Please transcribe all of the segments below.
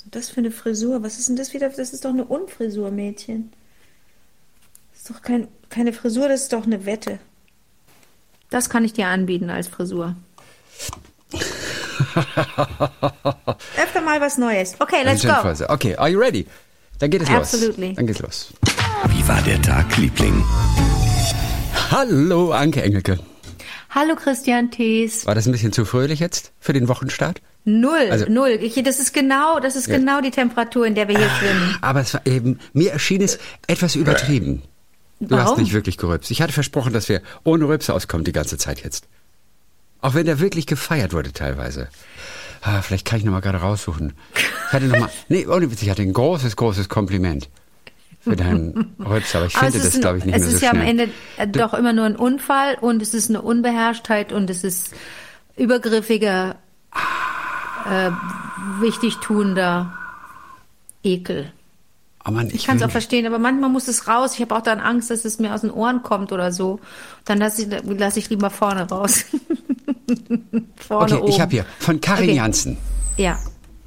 Das für eine Frisur. Was ist denn das wieder? Das ist doch eine Unfrisur, Mädchen. Das ist doch keine Frisur, das ist doch eine Wette. Das kann ich dir anbieten als Frisur. Öfter mal was Neues. Okay, let's go. Okay, are you ready? Dann geht es Absolutely. los. Dann geht's los. Wie war der Tag, Liebling? Hallo, Anke Engelke. Hallo, Christian Thees. War das ein bisschen zu fröhlich jetzt für den Wochenstart? Null. Das ist genau die Temperatur, in der wir hier schwimmen. Aber es war eben, mir erschien es etwas übertrieben. Du Warum? hast nicht wirklich gerülpst. Ich hatte versprochen, dass wir ohne Rülpse auskommen die ganze Zeit jetzt. Auch wenn der wirklich gefeiert wurde teilweise. Vielleicht kann ich noch mal gerade raussuchen. Ich hatte noch mal, ohne Witz, ich hatte ein großes Kompliment für deinen Rülpser. Aber ich finde das, glaube ich, nicht mehr so schnell. Es ist ja am Ende doch immer nur ein Unfall und es ist eine Unbeherrschtheit und es ist übergriffiger, wichtigtuender Ekel. Oh Mann, Ich kann es auch verstehen, aber manchmal muss es raus. Ich habe auch dann Angst, dass es mir aus den Ohren kommt oder so. Dann lass ich lieber vorne raus. Okay, oben. Ich habe hier von Karin Jansen. Ja.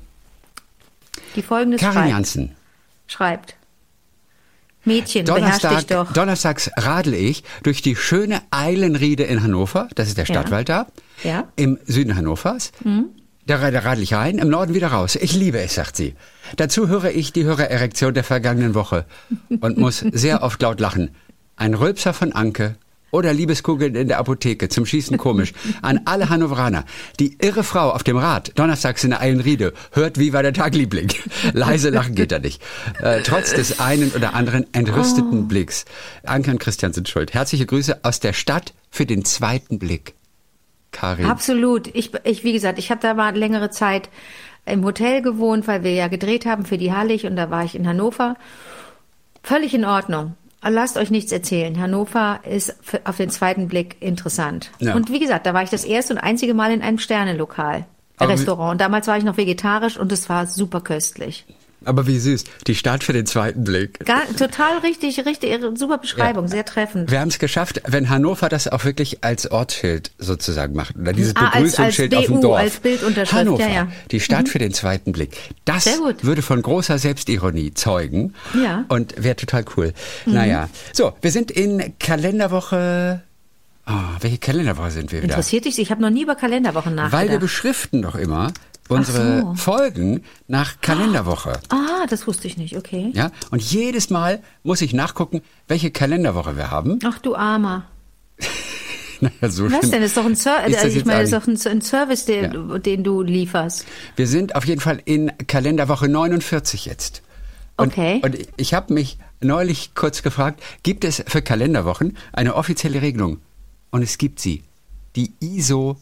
Die folgendes Karin Jansen schreibt. Mädchen, beherrsch dich doch. Donnerstags radel ich durch die schöne Eilenriede in Hannover. Das ist der Stadtwald da. Ja. Im Süden Hannovers. Da radel ich rein, im Norden wieder raus. Ich liebe es, sagt sie. Dazu höre ich die Hörererektion der vergangenen Woche und muss sehr oft laut lachen. Ein Rülpser von Anke oder Liebeskugeln in der Apotheke, zum Schießen komisch. An alle Hannoveraner. Die irre Frau auf dem Rad, donnerstags in der Eilenriede, hört Wie war der Tag, Liebling. Leise lachen geht da nicht. Trotz des einen oder anderen entrüsteten Blicks. Anke und Christian sind schuld. Herzliche Grüße aus der Stadt für den zweiten Blick. Karin. Absolut. Wie gesagt, ich habe da mal längere Zeit im Hotel gewohnt, weil wir ja gedreht haben für die Hallig und da war ich in Hannover. Völlig in Ordnung. Lasst euch nichts erzählen. Hannover ist auf den zweiten Blick interessant. Ja. Und wie gesagt, da war ich das erste und einzige Mal in einem Sternelokal, Restaurant. Und damals war ich noch vegetarisch und es war super köstlich. Aber wie süß. Die Stadt für den zweiten Blick. Total richtig, super Beschreibung, sehr treffend. Wir haben es geschafft, wenn Hannover das auch wirklich als Ortsschild sozusagen macht. Oder dieses Begrüßungsschild als auf dem Dorf. Als Bildunterschrift. Hannover, die Stadt für den zweiten Blick. Das würde von großer Selbstironie zeugen. Ja. Und wäre total cool. Naja. So, wir sind in Kalenderwoche... welche Kalenderwoche sind wir wieder? Interessiert dich? Ich habe noch nie über Kalenderwochen nachgedacht. Weil wir beschriften doch immer unsere Folgen nach Kalenderwoche. Das wusste ich nicht, okay. Ja, und jedes Mal muss ich nachgucken, welche Kalenderwoche wir haben. Ach du Armer. Naja, so was denn? Das ist doch ein Service, das ist doch ein Service, den du lieferst. Wir sind auf jeden Fall in Kalenderwoche 49 jetzt. Und ich habe mich neulich kurz gefragt, gibt es für Kalenderwochen eine offizielle Regelung? Und es gibt sie. Die ISO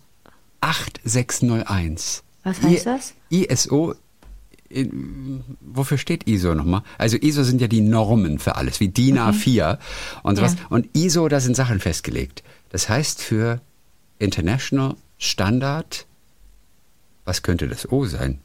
8601. Was heißt das? ISO, wofür steht ISO nochmal? Also ISO sind ja die Normen für alles, wie DIN A4 und sowas. Ja. Und ISO, da sind Sachen festgelegt. Das heißt für International Standard, was könnte das O sein?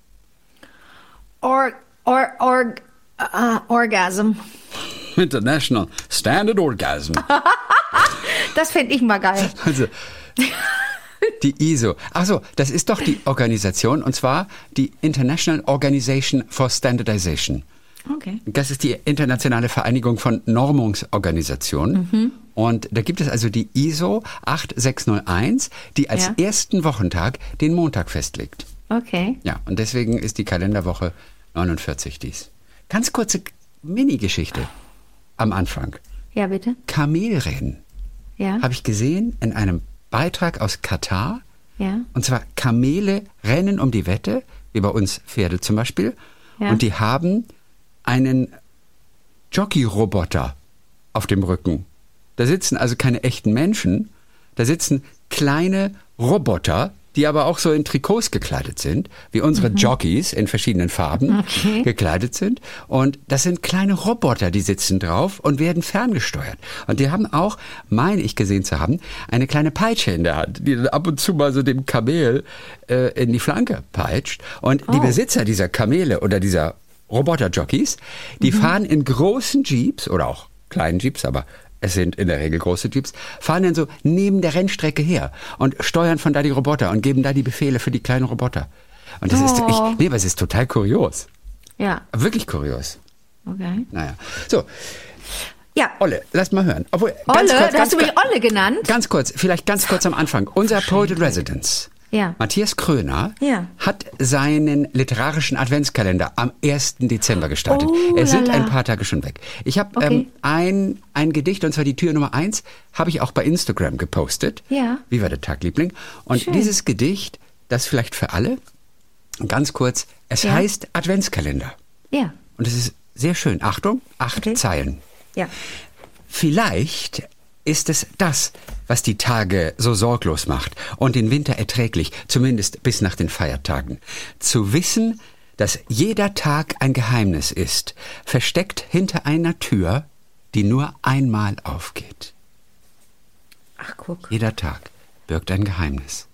Orgasm. International Standard Orgasm. Das fände ich mal geil. Also, die ISO. Ach so, das ist doch die Organisation, und zwar die International Organization for Standardization. Okay. Das ist die internationale Vereinigung von Normungsorganisationen. Und da gibt es also die ISO 8601, die als ersten Wochentag den Montag festlegt. Okay. Ja, und deswegen ist die Kalenderwoche 49 dies. Ganz kurze Mini-Geschichte am Anfang. Ja, bitte. Kamelrennen. Ja. Habe ich gesehen in einem Beitrag aus Katar. Ja. Und zwar Kamele rennen um die Wette, wie bei uns Pferde zum Beispiel. Ja. Und die haben einen Jockey-Roboter auf dem Rücken. Da sitzen also keine echten Menschen, da sitzen kleine Roboter, die aber auch so in Trikots gekleidet sind, wie unsere Jockeys in verschiedenen Farben gekleidet sind. Und das sind kleine Roboter, die sitzen drauf und werden ferngesteuert. Und die haben auch, meine ich gesehen zu haben, eine kleine Peitsche in der Hand, die dann ab und zu mal so dem Kamel in die Flanke peitscht. Und die Besitzer dieser Kamele oder dieser Roboter-Jockeys, die fahren in großen Jeeps oder auch kleinen Jeeps, aber es sind in der Regel große Jeeps, fahren dann so neben der Rennstrecke her und steuern von da die Roboter und geben da die Befehle für die kleinen Roboter. Und das aber es ist total kurios. Ja. Wirklich kurios. Okay. Naja. So. Ja. Olle, lass mal hören. Obwohl, Olle? Hast du mich Olle genannt? Vielleicht ganz kurz am Anfang. Unser Poet in Residence, Matthias Kröner, hat seinen literarischen Adventskalender am 1. Dezember gestartet. Es sind ein paar Tage schon weg. Ich habe ein Gedicht, und zwar die Tür Nummer 1, habe ich auch bei Instagram gepostet. Ja. Wie war der Tag, Liebling? Und Schön. dieses Gedicht, das vielleicht für alle, ganz kurz, es heißt Adventskalender. Ja. Und es ist sehr schön. Achtung, 8 Zeilen. Ja. Vielleicht ist es das, was die Tage so sorglos macht und den Winter erträglich, zumindest bis nach den Feiertagen. Zu wissen, dass jeder Tag ein Geheimnis ist, versteckt hinter einer Tür, die nur einmal aufgeht. Ach, guck. Jeder Tag birgt ein Geheimnis.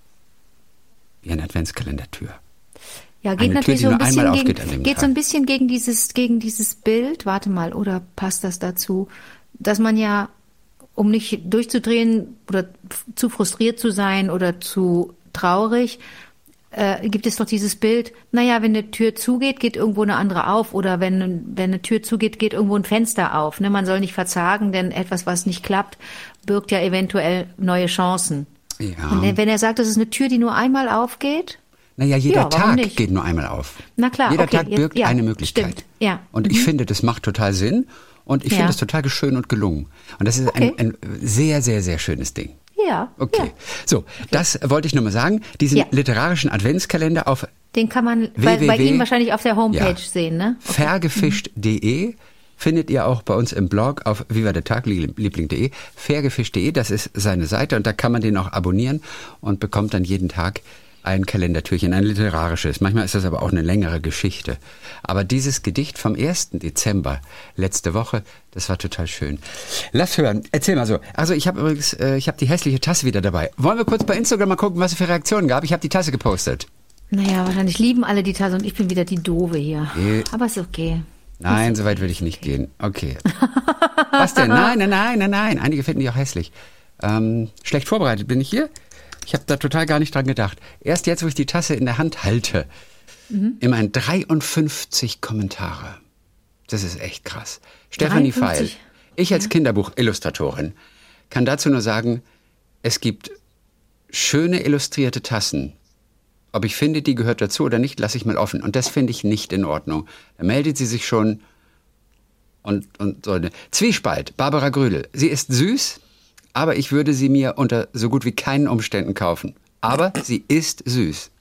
Wie eine Adventskalendertür. Ja, geht eine natürlich Tür, so ein die nur einmal bisschen aufgeht an dem geht Tag. so ein bisschen gegen dieses Bild. Warte mal, oder passt das dazu, dass man ja, um nicht durchzudrehen oder zu frustriert zu sein oder zu traurig, gibt es doch dieses Bild, naja, wenn eine Tür zugeht, geht irgendwo eine andere auf, oder wenn eine Tür zugeht, geht irgendwo ein Fenster auf. Ne? Man soll nicht verzagen, denn etwas, was nicht klappt, birgt ja eventuell neue Chancen. Ja. Und wenn er sagt, das ist eine Tür, die nur einmal aufgeht, Naja, jeder warum Tag nicht? geht nur einmal auf. Na klar, Jeder okay, Tag birgt ja, eine Möglichkeit. stimmt, ja. Und ich finde, das macht total Sinn. Und ich finde das total schön und gelungen. Und das ist ein sehr, sehr, sehr schönes Ding. ja. Okay. Ja. So, das wollte ich nur mal sagen. Diesen literarischen Adventskalender auf Den kann man bei ihm wahrscheinlich auf der Homepage sehen, ne? Fairgefischt.de findet ihr auch bei uns im Blog auf vivadertagliebling.de. Fairgefischt.de, das ist seine Seite, und da kann man den auch abonnieren und bekommt dann jeden Tag ein Kalendertürchen, ein literarisches. Manchmal ist das aber auch eine längere Geschichte. Aber dieses Gedicht vom 1. Dezember, letzte Woche, das war total schön. Lass hören, erzähl mal so. Also ich habe übrigens, die hässliche Tasse wieder dabei. Wollen wir kurz bei Instagram mal gucken, was es für Reaktionen gab? Ich habe die Tasse gepostet. Naja, wahrscheinlich lieben alle die Tasse und ich bin wieder die Doofe hier. Aber ist okay. Nein, so weit würde ich nicht gehen. Okay. Was denn? Nein. Einige finden die auch hässlich. Schlecht vorbereitet bin ich hier. Ich habe da total gar nicht dran gedacht. Erst jetzt, wo ich die Tasse in der Hand halte, immerhin 53 Kommentare. Das ist echt krass. Stefanie 53? Feil, ich als Kinderbuchillustratorin kann dazu nur sagen, es gibt schöne illustrierte Tassen. Ob ich finde, die gehört dazu oder nicht, lasse ich mal offen. Und das finde ich nicht in Ordnung. Da meldet sie sich schon und so eine Zwiespalt. Barbara Grüdel. Sie ist süß, aber ich würde sie mir unter so gut wie keinen Umständen kaufen. Aber sie ist süß.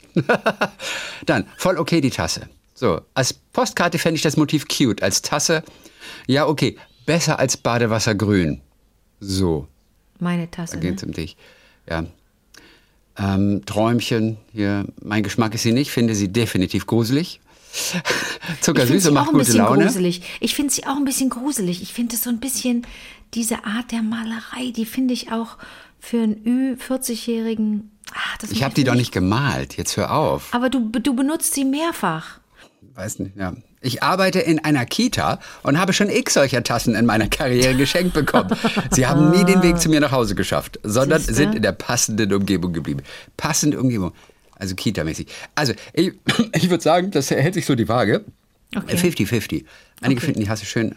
Dann, voll okay die Tasse. So, als Postkarte fände ich das Motiv cute. Als Tasse, ja okay, besser als Badewassergrün. So, Meine Tasse. da geht's um dich. Ja. Träumchen, hier, mein Geschmack ist sie nicht, finde sie definitiv gruselig. Zuckersüß und macht gute Laune. Gruselig. Ich finde sie auch ein bisschen gruselig. Ich finde es so ein bisschen, diese Art der Malerei, die finde ich auch für einen Ü40-Jährigen. Ich habe die doch nicht gemalt, jetzt hör auf. Aber du benutzt sie mehrfach. Weiß nicht, ja. Ich arbeite in einer Kita und habe schon x solcher Tassen in meiner Karriere geschenkt bekommen. Sie haben nie den Weg zu mir nach Hause geschafft, sondern sind in der passenden Umgebung geblieben. Passende Umgebung. Also Kita-mäßig. Also, ich würde sagen, das hält sich so die Waage. Okay. 50-50. Einige finden die Hasse schön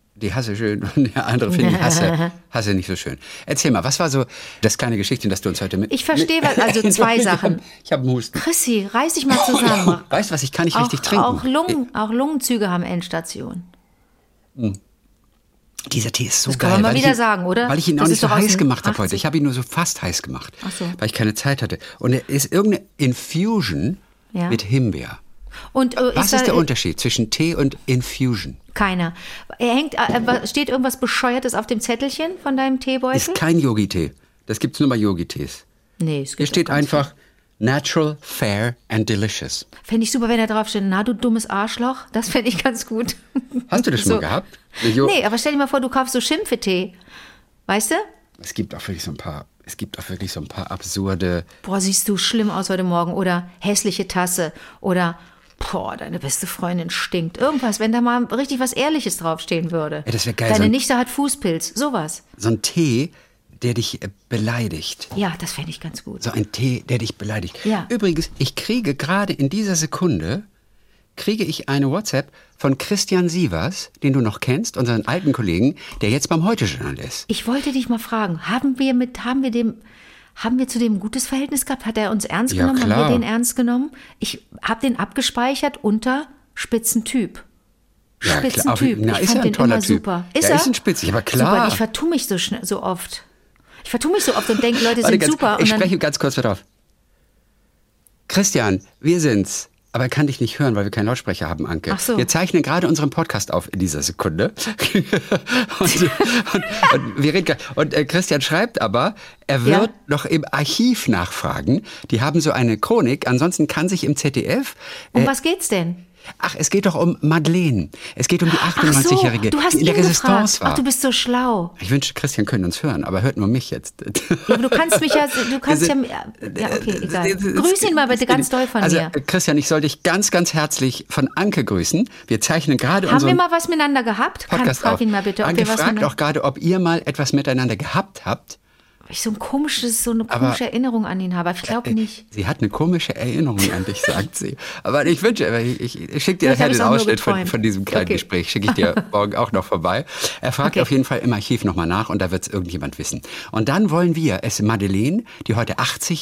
und der andere finden die Hasse nicht so schön. Erzähl mal, was war so das kleine Geschichtchen, das du uns heute mit... Ich verstehe, also zwei Sachen. Ich hab einen Husten. Chrissy, reiß dich mal zusammen. Weißt du was, ich kann nicht richtig trinken. Auch Lungenzüge haben Endstation. Dieser Tee ist so Das geil. kann man mal wieder sagen, oder? Weil ich ihn Das auch nicht ist so doch aus heiß den gemacht habe heute. 80. Ich habe ihn nur so fast heiß gemacht, Ach so. weil ich keine Zeit hatte. Und er ist irgendeine Infusion mit Himbeer. Und, Was ist der Unterschied zwischen Tee und Infusion? Keiner. Steht irgendwas Bescheuertes auf dem Zettelchen von deinem Teebeutel? Ist kein Yogi-Tee. Das gibt's nur bei Yogi-Tees. Nee, es gibt Hier steht auch ganz einfach natural, fair and delicious. Fände ich super, wenn da drauf steht, na du dummes Arschloch. Das fände ich ganz gut. Hast du das schon mal gehabt? Nee, aber stell dir mal vor, du kaufst so Schimpfetee. Weißt du? Es gibt auch wirklich so ein paar absurde... Boah, siehst du schlimm aus heute Morgen. Oder hässliche Tasse. Oder, boah, deine beste Freundin stinkt. Irgendwas, wenn da mal richtig was Ehrliches draufstehen würde. Ja, das wäre geil. Deine Nichte hat Fußpilz. Sowas. So ein Tee, der dich beleidigt. Ja, das fände ich ganz gut. So ein Tee, der dich beleidigt. Ja. Übrigens, ich kriege gerade in dieser Sekunde eine WhatsApp von Christian Sievers, den du noch kennst, unseren alten Kollegen, der jetzt beim Heute-Journal ist. Ich wollte dich mal fragen, haben wir zu dem ein gutes Verhältnis gehabt? Hat er uns ernst genommen? Klar. Haben wir den ernst genommen? Ich habe den abgespeichert unter Spitzentyp. Ja, klar. Spitzentyp. Na, Ich ist fand er ein den toller immer Typ. super. Ja, ist ein Spitz, aber klar. Super. Ich vertue mich so oft. Und denke, Leute sind super. Ich und spreche ganz kurz darauf. Christian, wir sind's. Aber er kann dich nicht hören, weil wir keinen Lautsprecher haben, Anke. Ach so. Wir zeichnen gerade unseren Podcast auf in dieser Sekunde. und wir reden. Und Christian schreibt aber, er wird noch im Archiv nachfragen. Die haben so eine Chronik. Ansonsten kann sich im ZDF. Um was geht's denn? Ach, es geht doch um Madeleine. Es geht um die 98-Jährige, du hast die in der ihn Resistance gefragt. war. Ach, du bist so schlau. Ich wünschte, Christian könnte uns hören, aber hört nur mich jetzt. Ja, aber du kannst ja, okay, egal. Grüß ihn mal bitte ganz doll von mir. Christian, ich soll dich ganz, ganz herzlich von Anke grüßen. Wir zeichnen gerade Haben wir unseren mal was miteinander gehabt? Podcast Frag auf. ihn mal bitte, ob Anke wir was fragt miteinander... auch gerade, ob ihr mal etwas miteinander gehabt habt. Ich so eine komische Erinnerung an ihn habe. Ich glaube nicht. Sie hat eine komische Erinnerung an dich, sagt sie. Aber ich wünsche, ich schicke dir Vielleicht nachher hab ich's den auch nur Ausschnitt von geträumt. diesem kleinen Okay. Gespräch. Schicke ich dir morgen auch noch vorbei. Er fragt auf jeden Fall im Archiv nochmal nach und da wird es irgendjemand wissen. Und dann wollen wir Madeleine, die heute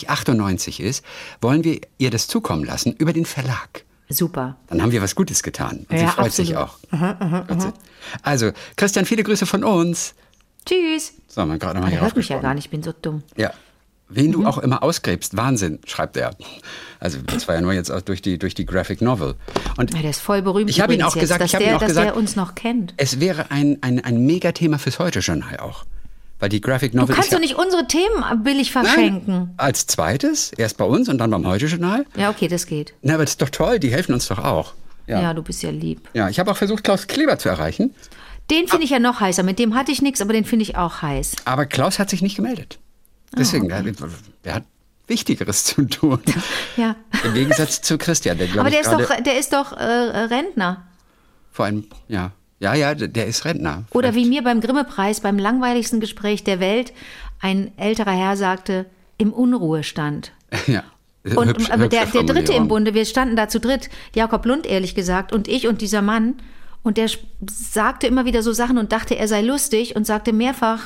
98 ist, wollen wir ihr das zukommen lassen über den Verlag. Super. Dann haben wir was Gutes getan. Und Ja, sie freut sich absolut. auch. Also, Christian, viele Grüße von uns. Tschüss. So, man gerade mal Er hier hört mich ja raufgesprochen. gar nicht, ich bin so dumm. Ja. Wen du auch immer ausgräbst, Wahnsinn, schreibt er. Also das war ja nur jetzt auch durch die Graphic Novel. Und Ja, der ist voll berühmt. ich habe ihn auch übrigens gesagt, jetzt, dass der uns noch kennt. es wäre ein Megathema fürs Heute-Journal auch. Weil die Graphic Du Novel kannst ist doch nicht unsere Themen billig verschenken. Nein, als zweites, erst bei uns und dann beim Heute-Journal. Ja, okay, das geht. Na, aber das ist doch toll, die helfen uns doch auch. Ja, du bist ja lieb. Ja, ich habe auch versucht, Klaus Kleber zu erreichen. Den finde ich ja noch heißer. Mit dem hatte ich nichts, aber den finde ich auch heiß. Aber Klaus hat sich nicht gemeldet. Deswegen, der hat Wichtigeres zu tun. Ja. Im Gegensatz zu Christian, der Aber glaube ich der ist doch Rentner. vor einem, ja, der ist Rentner. Oder wie mir beim Grimme-Preis, beim langweiligsten Gespräch der Welt, ein älterer Herr sagte, im Unruhestand. Ja. Und aber der hübsche Dritte im Formulierung. Bunde, wir standen da zu dritt, Jakob Lund ehrlich gesagt und ich und dieser Mann. Und der sagte immer wieder so Sachen und dachte, er sei lustig und sagte mehrfach,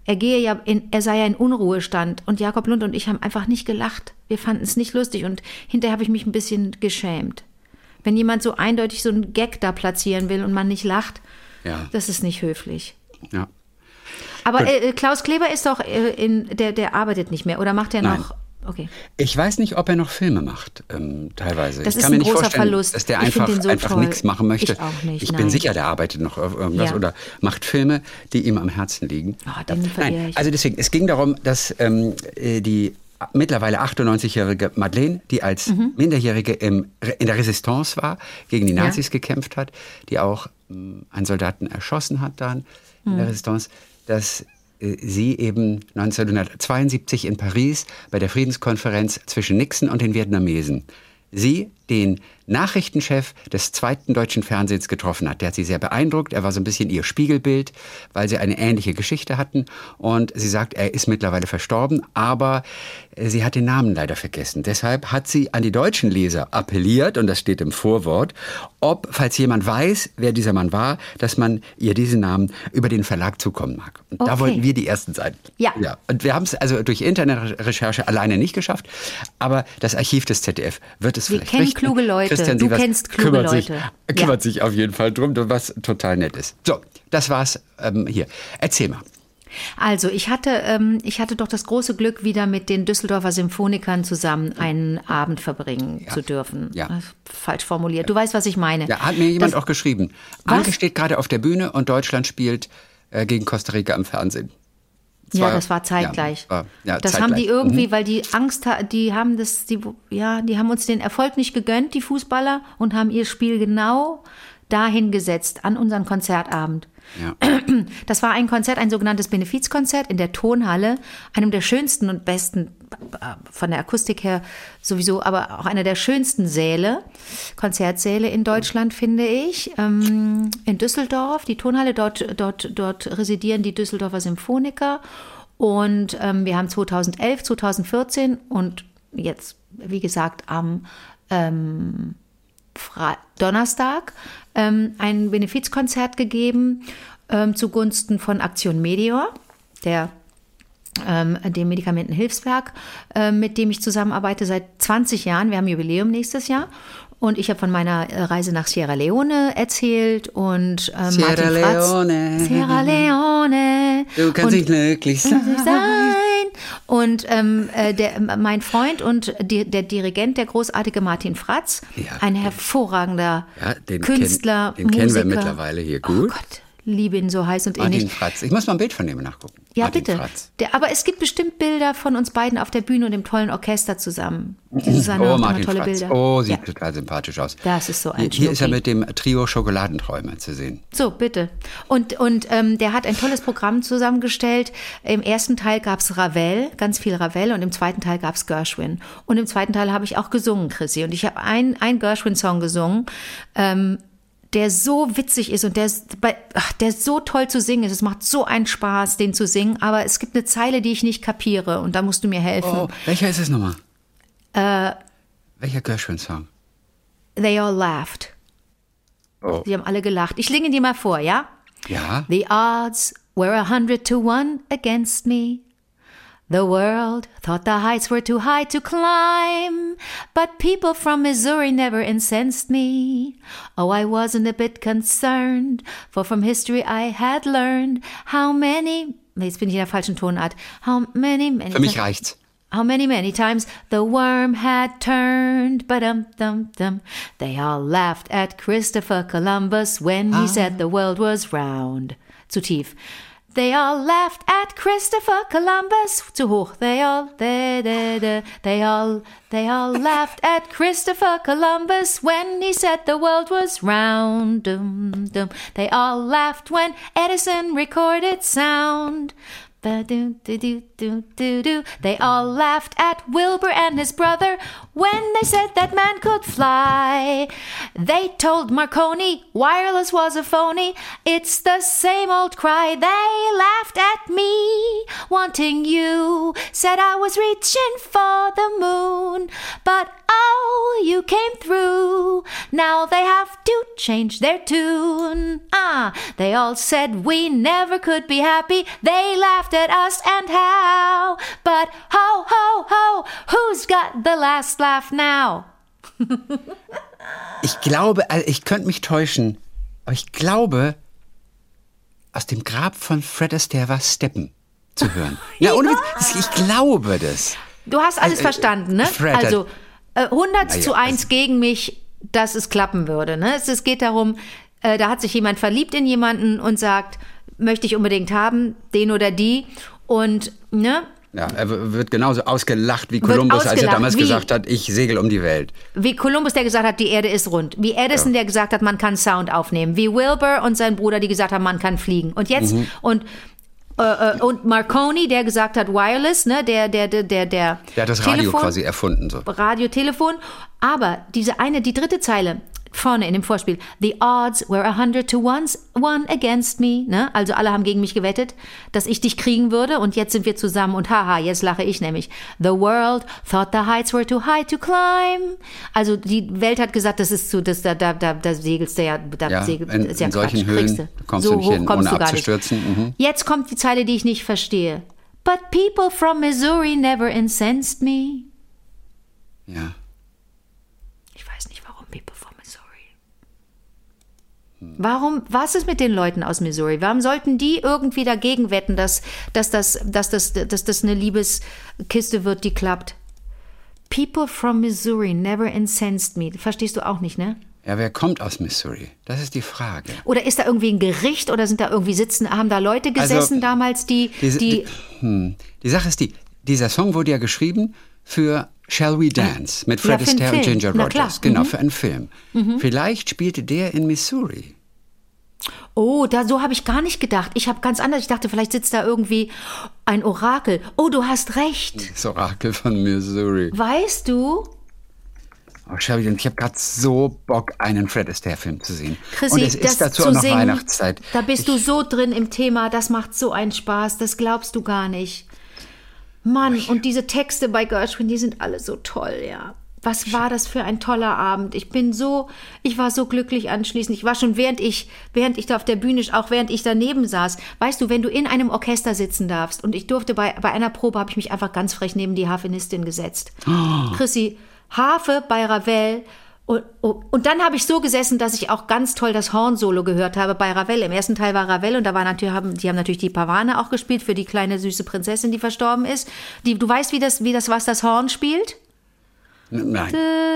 er sei ja in Unruhestand. Und Jakob Lund und ich haben einfach nicht gelacht. Wir fanden es nicht lustig und hinterher habe ich mich ein bisschen geschämt. Wenn jemand so eindeutig so einen Gag da platzieren will und man nicht lacht, das ist nicht höflich. Ja. Aber Klaus Kleber ist doch, der arbeitet nicht mehr oder macht er Nein. noch... Okay. Ich weiß nicht, ob er noch Filme macht, teilweise. Das ich ist kann mir ein nicht großer vorstellen, Verlust. dass der Ich find einfach den so toll. nichts machen möchte. Ich auch nicht, Ich bin nein. sicher, der arbeitet noch auf irgendwas Ja. oder macht Filme, die ihm am Herzen liegen. Oh, den verehre ich. Also deswegen, es ging darum, dass die mittlerweile 98-jährige Madeleine, die als Minderjährige in der Resistance war, gegen die Nazis gekämpft hat, die auch einen Soldaten erschossen hat dann in der Resistance, dass sie eben 1972 in Paris bei der Friedenskonferenz zwischen Nixon und den Vietnamesen sie den Nachrichtenchef des zweiten deutschen Fernsehens getroffen hat. Der hat sie sehr beeindruckt. Er war so ein bisschen ihr Spiegelbild, weil sie eine ähnliche Geschichte hatten. Und sie sagt, er ist mittlerweile verstorben, aber sie hat den Namen leider vergessen. Deshalb hat sie an die deutschen Leser appelliert, und das steht im Vorwort, ob, falls jemand weiß, wer dieser Mann war, dass man ihr diesen Namen über den Verlag zukommen mag. Und da wollten wir die Ersten sein. Ja. Und wir haben es also durch Internetrecherche alleine nicht geschafft, aber das Archiv des ZDF wird es Wir vielleicht kennen richten. kluge Leute. Christian Du Sievers kennst kluge Leute. Kümmert sich auf jeden Fall drum, was total nett ist. So, das war's hier. Erzähl mal. Also, ich hatte doch das große Glück, wieder mit den Düsseldorfer Symphonikern zusammen einen Abend verbringen zu dürfen. Ja. Falsch formuliert. Du weißt, was ich meine. Ja, hat mir jemand Das- auch geschrieben. Was? Anke steht gerade auf der Bühne und Deutschland spielt gegen Costa Rica im Fernsehen. Das war zeitgleich. das Das haben die irgendwie, weil die Angst, die haben uns den Erfolg nicht gegönnt, die Fußballer, und haben ihr Spiel genau dahin gesetzt, an unseren Konzertabend. Ja. Das war ein Konzert, ein sogenanntes Benefizkonzert in der Tonhalle, einem der schönsten und besten, von der Akustik her sowieso, aber auch einer der schönsten Konzertsäle in Deutschland, finde ich. In Düsseldorf, die Tonhalle, dort residieren die Düsseldorfer Symphoniker. Und wir haben 2011, 2014 und jetzt, wie gesagt, am Donnerstag ein Benefizkonzert gegeben zugunsten von Aktion Meteor, dem Medikamentenhilfswerk, mit dem ich zusammenarbeite seit 20 Jahren. Wir haben Jubiläum nächstes Jahr. Und ich habe von meiner Reise nach Sierra Leone erzählt und Martin Fratz. Sierra Leone. Du kannst nicht glücklich sein. Und mein Freund und der Dirigent, der großartige Martin Fratz, ein hervorragender Künstler, den Musiker. kennen wir mittlerweile hier gut. Oh Gott, liebe ihn so heiß und innig. Martin Fratz. Ich muss mal ein Bild von dem nachgucken. Ja, Martin bitte. Fratz. Aber es gibt bestimmt Bilder von uns beiden auf der Bühne und dem tollen Orchester zusammen. Die Susanne hat Martin tolle Fratz. Bilder. Oh, sieht total sympathisch aus. Das ist so ein Hier ist er Schnucki. mit dem Trio Schokoladenträume zu sehen. So, bitte. Und der hat ein tolles Programm zusammengestellt. Im ersten Teil gab es Ravel, ganz viel Ravel, und im zweiten Teil gab es Gershwin. Und im zweiten Teil habe ich auch gesungen, Chrissy. Und ich habe einen Gershwin-Song gesungen, der so witzig ist und der so toll zu singen ist. Es macht so einen Spaß, den zu singen. Aber es gibt eine Zeile, die ich nicht kapiere. Und da musst du mir helfen. Oh, welcher ist es nochmal? Welcher Gershwin-Song? They all laughed. Oh. Die haben alle gelacht. Ich singe dir mal vor, ja? Ja. The odds were 100 to 1 against me. The world thought the heights were too high to climb, but people from Missouri never incensed me. Oh, I wasn't a bit concerned, for from history I had learned how many, jetzt bin ich in der falschen Tonart, how many Für mich reicht's. How many times the worm had turned, ba-dum-dum-dum. They all laughed at Christopher Columbus when he said the world was round. Zu tief. They all laughed at Christopher Columbus. Zu hoch. They all laughed at Christopher Columbus when he said the world was round. Dum, dum. They all laughed when Edison recorded sound. They all laughed at Wilbur and his brother when they said that man could fly. They told Marconi wireless was a phony. It's the same old cry. They laughed at me, wanting you. Said I was reaching for the moon. But oh, you came through. Now they have to change their tune. They all said we never could be happy. They laughed at us and how. But ho, ho, ho, who's got the last laugh now? Ich glaube, also ich könnte mich täuschen, aber ich glaube, aus dem Grab von Fred Astaire war Steppen zu hören. Ja, ohne Witz, ich glaube das. Du hast alles verstanden, ne? Fred Also 100 ja, zu 1 also gegen mich, dass es klappen würde. Ne? Es geht darum, da hat sich jemand verliebt in jemanden und sagt, möchte ich unbedingt haben, den oder die. Und, ne? Ja, er wird genauso ausgelacht wie Kolumbus, als er damals gesagt hat, ich segel um die Welt. Wie Kolumbus, der gesagt hat, die Erde ist rund. Wie Edison, der gesagt hat, man kann Sound aufnehmen. Wie Wilbur und sein Bruder, die gesagt haben, man kann fliegen. Und jetzt, und Marconi, der gesagt hat, wireless, ne, der hat das Radio quasi erfunden, so. Radio, Telefon. Aber die dritte Zeile, vorne in dem Vorspiel, the odds were 100 to 1 against me, ne? Also alle haben gegen mich gewettet, dass ich dich kriegen würde und jetzt sind wir zusammen und haha, jetzt lache ich nämlich. The world thought the heights were too high to climb. Also die Welt hat gesagt, das ist da segelst du ja, ist ja in solchen Quatsch, Höhen kommst du nicht hin, ohne abzustürzen. Jetzt kommt die Zeile, die ich nicht verstehe. But people from Missouri never incensed me. Ja. Ich weiß nicht, warum people from Missouri. Was ist mit den Leuten aus Missouri? Warum sollten die irgendwie dagegen wetten, dass das eine Liebeskiste wird, die klappt? People from Missouri never incensed me. Verstehst du auch nicht, ne? Ja, wer kommt aus Missouri? Das ist die Frage. Oder ist da irgendwie ein Gericht oder sind da irgendwie haben da Leute gesessen damals, die Sache ist dieser Song wurde ja geschrieben für Shall We Dance mit Fred Astaire und Ginger Rogers. Genau, für einen Film. Vielleicht spielte der in Missouri. Oh, so habe ich gar nicht gedacht. Ich habe ganz anders. Ich dachte, vielleicht sitzt da irgendwie ein Orakel. Oh, du hast recht. Das Orakel von Missouri. Weißt du, Oh, Shelby, ich habe gerade so Bock, einen Fred Astaire-Film zu sehen. Chrissy, und es ist das dazu zu auch noch singen, Weihnachtszeit. Da bist du so drin im Thema, das macht so einen Spaß, das glaubst du gar nicht. Mann, und diese Texte bei Gershwin, die sind alle so toll, ja. Was war das für ein toller Abend. Ich war so glücklich anschließend. Ich war schon, während ich da auf der Bühne, auch während ich daneben saß. Weißt du, wenn du in einem Orchester sitzen darfst, und ich durfte bei einer Probe, habe ich mich einfach ganz frech neben die Harfenistin gesetzt. Chrissy, Harfe bei Ravel. Und dann habe ich so gesessen, dass ich auch ganz toll das Horn-Solo gehört habe bei Ravel. Im ersten Teil war Ravel und da war die haben natürlich die Pavane auch gespielt für die kleine süße Prinzessin, die verstorben ist. Du weißt, was das Horn spielt? Nein.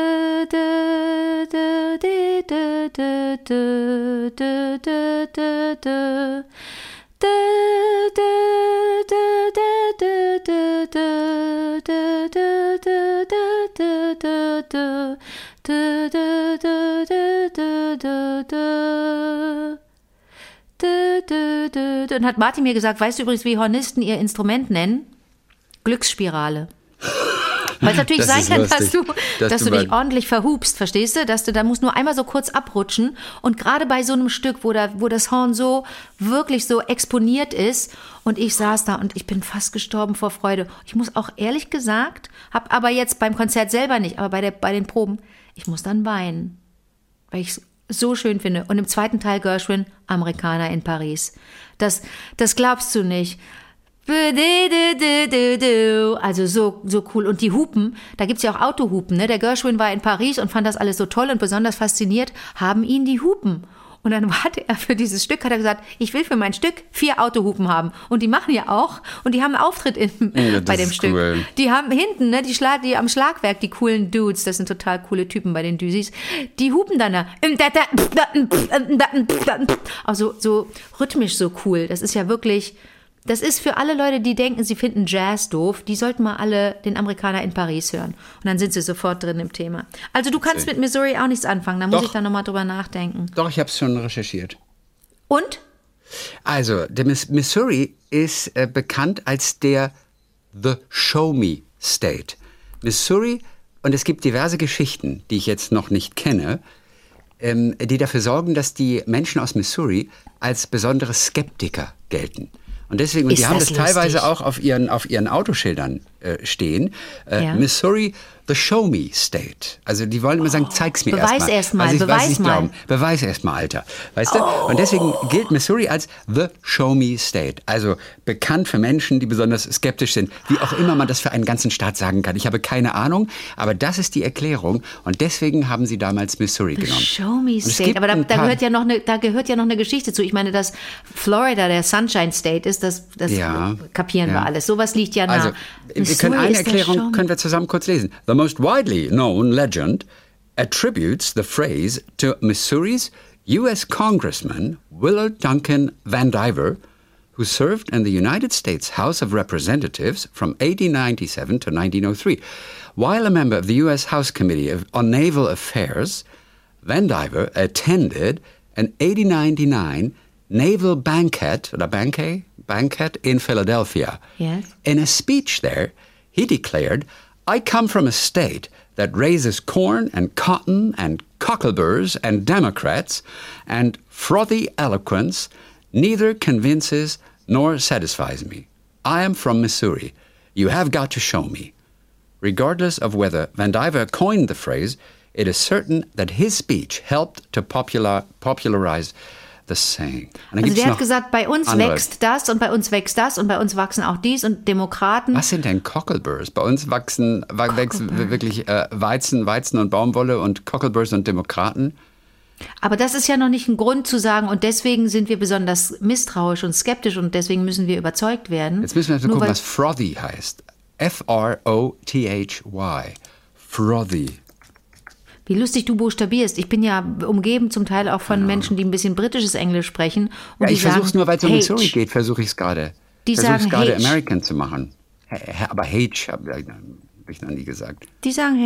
Und hat Martin mir gesagt, weißt du übrigens, wie Hornisten ihr Instrument nennen? Glücksspirale. Weil es natürlich sein kann, dass du dich ordentlich verhupst, verstehst du? Da musst nur einmal so kurz abrutschen. Und gerade bei so einem Stück, wo das Horn so wirklich so exponiert ist, und ich saß da und ich bin fast gestorben vor Freude. Ich muss auch ehrlich gesagt, hab aber jetzt beim Konzert selber nicht, aber bei den Proben, ich muss dann weinen, weil ich es so schön finde. Und im zweiten Teil Gershwin, Amerikaner in Paris. Das glaubst du nicht. Also so cool. Und die Hupen, da gibt's ja auch Autohupen, ne? Der Gershwin war in Paris und fand das alles so toll und besonders fasziniert, haben ihn die Hupen. Und dann hatte er für dieses Stück, hat er gesagt, ich will für mein Stück 4 Autohupen haben. Und die machen ja auch. Und die haben einen Auftritt bei dem Stück. Cool. Die haben hinten, ne, die am Schlagwerk, die coolen Dudes, das sind total coole Typen bei den Düsis, die hupen dann da. Also so rhythmisch so cool. Das ist ja wirklich... Das ist für alle Leute, die denken, sie finden Jazz doof, die sollten mal alle den Amerikaner in Paris hören. Und dann sind sie sofort drin im Thema. Also du kannst mit Missouri auch nichts anfangen, da muss ich dann nochmal drüber nachdenken. Doch, ich habe es schon recherchiert. Und? Also, der Missouri ist bekannt als der The Show Me State. Missouri, und es gibt diverse Geschichten, die ich jetzt noch nicht kenne, die dafür sorgen, dass die Menschen aus Missouri als besondere Skeptiker gelten. Und deswegen, die haben das teilweise auch auf ihren Autoschildern stehen. Missouri, the show me state. Also die wollen immer sagen, zeig's mir erstmal. Beweis erstmal, Alter. Weißt du? Und deswegen gilt Missouri als the show me state. Also bekannt für Menschen, die besonders skeptisch sind. Wie auch immer man das für einen ganzen Staat sagen kann. Ich habe keine Ahnung, aber das ist die Erklärung. Und deswegen haben sie damals Missouri genommen. Show me state. Aber da gehört ja noch eine Geschichte zu. Ich meine, dass Florida der Sunshine State ist, das kapieren wir alles. Sowas liegt ja nah. Also, wir können eine Erklärung können wir zusammen kurz lesen. The most widely known legend attributes the phrase to Missouri's U.S. Congressman Willard Duncan Van Diver, who served in the United States House of Representatives from 1897 to 1903. While a member of the U.S. House Committee on Naval Affairs, Van Diver attended an 1899 naval banquet in Philadelphia. Yes. In a speech there, he declared, "I come from a state that raises corn and cotton and cockleburrs and Democrats, and frothy eloquence neither convinces nor satisfies me. I am from Missouri. You have got to show me." Regardless of whether Van Diver coined the phrase, it is certain that his speech helped to popularize the saying. Also der hat gesagt, bei uns wächst das und bei uns wächst das und bei uns wachsen auch dies und Demokraten. Was sind denn Cockleburrs? Bei uns wächst wirklich Weizen und Baumwolle und Cockleburrs und Demokraten. Aber das ist ja noch nicht ein Grund zu sagen, und deswegen sind wir besonders misstrauisch und skeptisch und deswegen müssen wir überzeugt werden. Jetzt müssen wir gucken, was frothy heißt. F-R-O-T-H-Y. Frothy. Wie lustig du buchstabierst. Ich bin ja umgeben zum Teil auch von Menschen, die ein bisschen britisches Englisch sprechen. Und ich versuche es nur, weil es um Missouri geht, versuche ich es gerade. Die sagen gerade American zu machen. Aber H habe ich noch nie gesagt. Die sagen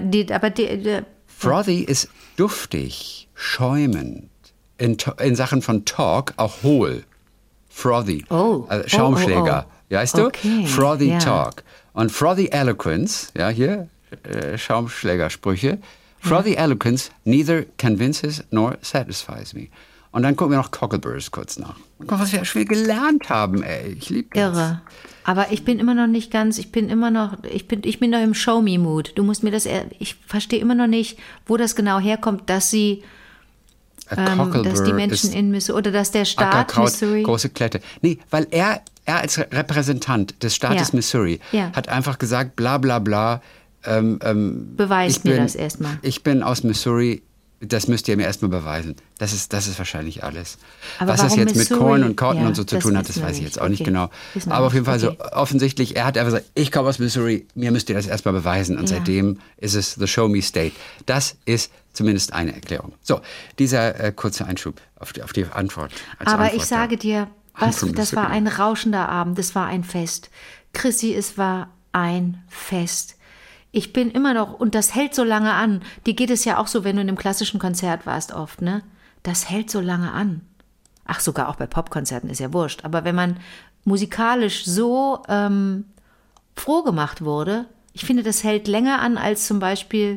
H. Frothy ist duftig, schäumend. In Sachen von Talk auch hohl. Frothy. Also Schaumschläger. Weißt du? Okay. Frothy Talk. Und Frothy Eloquence, ja, hier, Schaumschlägersprüche. Frothy eloquence neither convinces nor satisfies me. Und dann gucken wir noch Cockleburs kurz nach. Und guck, was wir schon gelernt haben, ey. Ich liebe das. Irre. Aber ich bin immer noch nicht ganz, ich bin noch im Show-Me-Mood. Du musst mir ich verstehe immer noch nicht, wo das genau herkommt, dass die Menschen in Missouri, oder dass der Staat Ackerkraut, Missouri... große Klette. Nee, weil er als Repräsentant des Staates Missouri hat einfach gesagt, bla bla bla. Beweist mir das erstmal. Ich bin aus Missouri, das müsst ihr mir erstmal beweisen. Das ist wahrscheinlich alles. Aber was das jetzt Missouri? mit Corn und Cotton Ja, und so zu das tun hat, wissen das wir weiß ich nicht. jetzt auch nicht Okay. genau. Wissen wir Aber auf jeden Fall nicht. so offensichtlich, er hat einfach gesagt, ich komme aus Missouri, mir müsst ihr das erstmal beweisen. Und seitdem ist es the show me state. Das ist zumindest eine Erklärung. So, dieser kurze Einschub auf die Antwort. Aber ich sage dir, das war ein rauschender Abend, das war ein Fest. Chrissy, es war ein Fest. Ich bin immer noch, und das hält so lange an. Dir geht es ja auch so, wenn du in einem klassischen Konzert warst oft, ne? Das hält so lange an. Ach, sogar auch bei Popkonzerten ist ja wurscht. Aber wenn man musikalisch so froh gemacht wurde, ich finde, das hält länger an als zum Beispiel,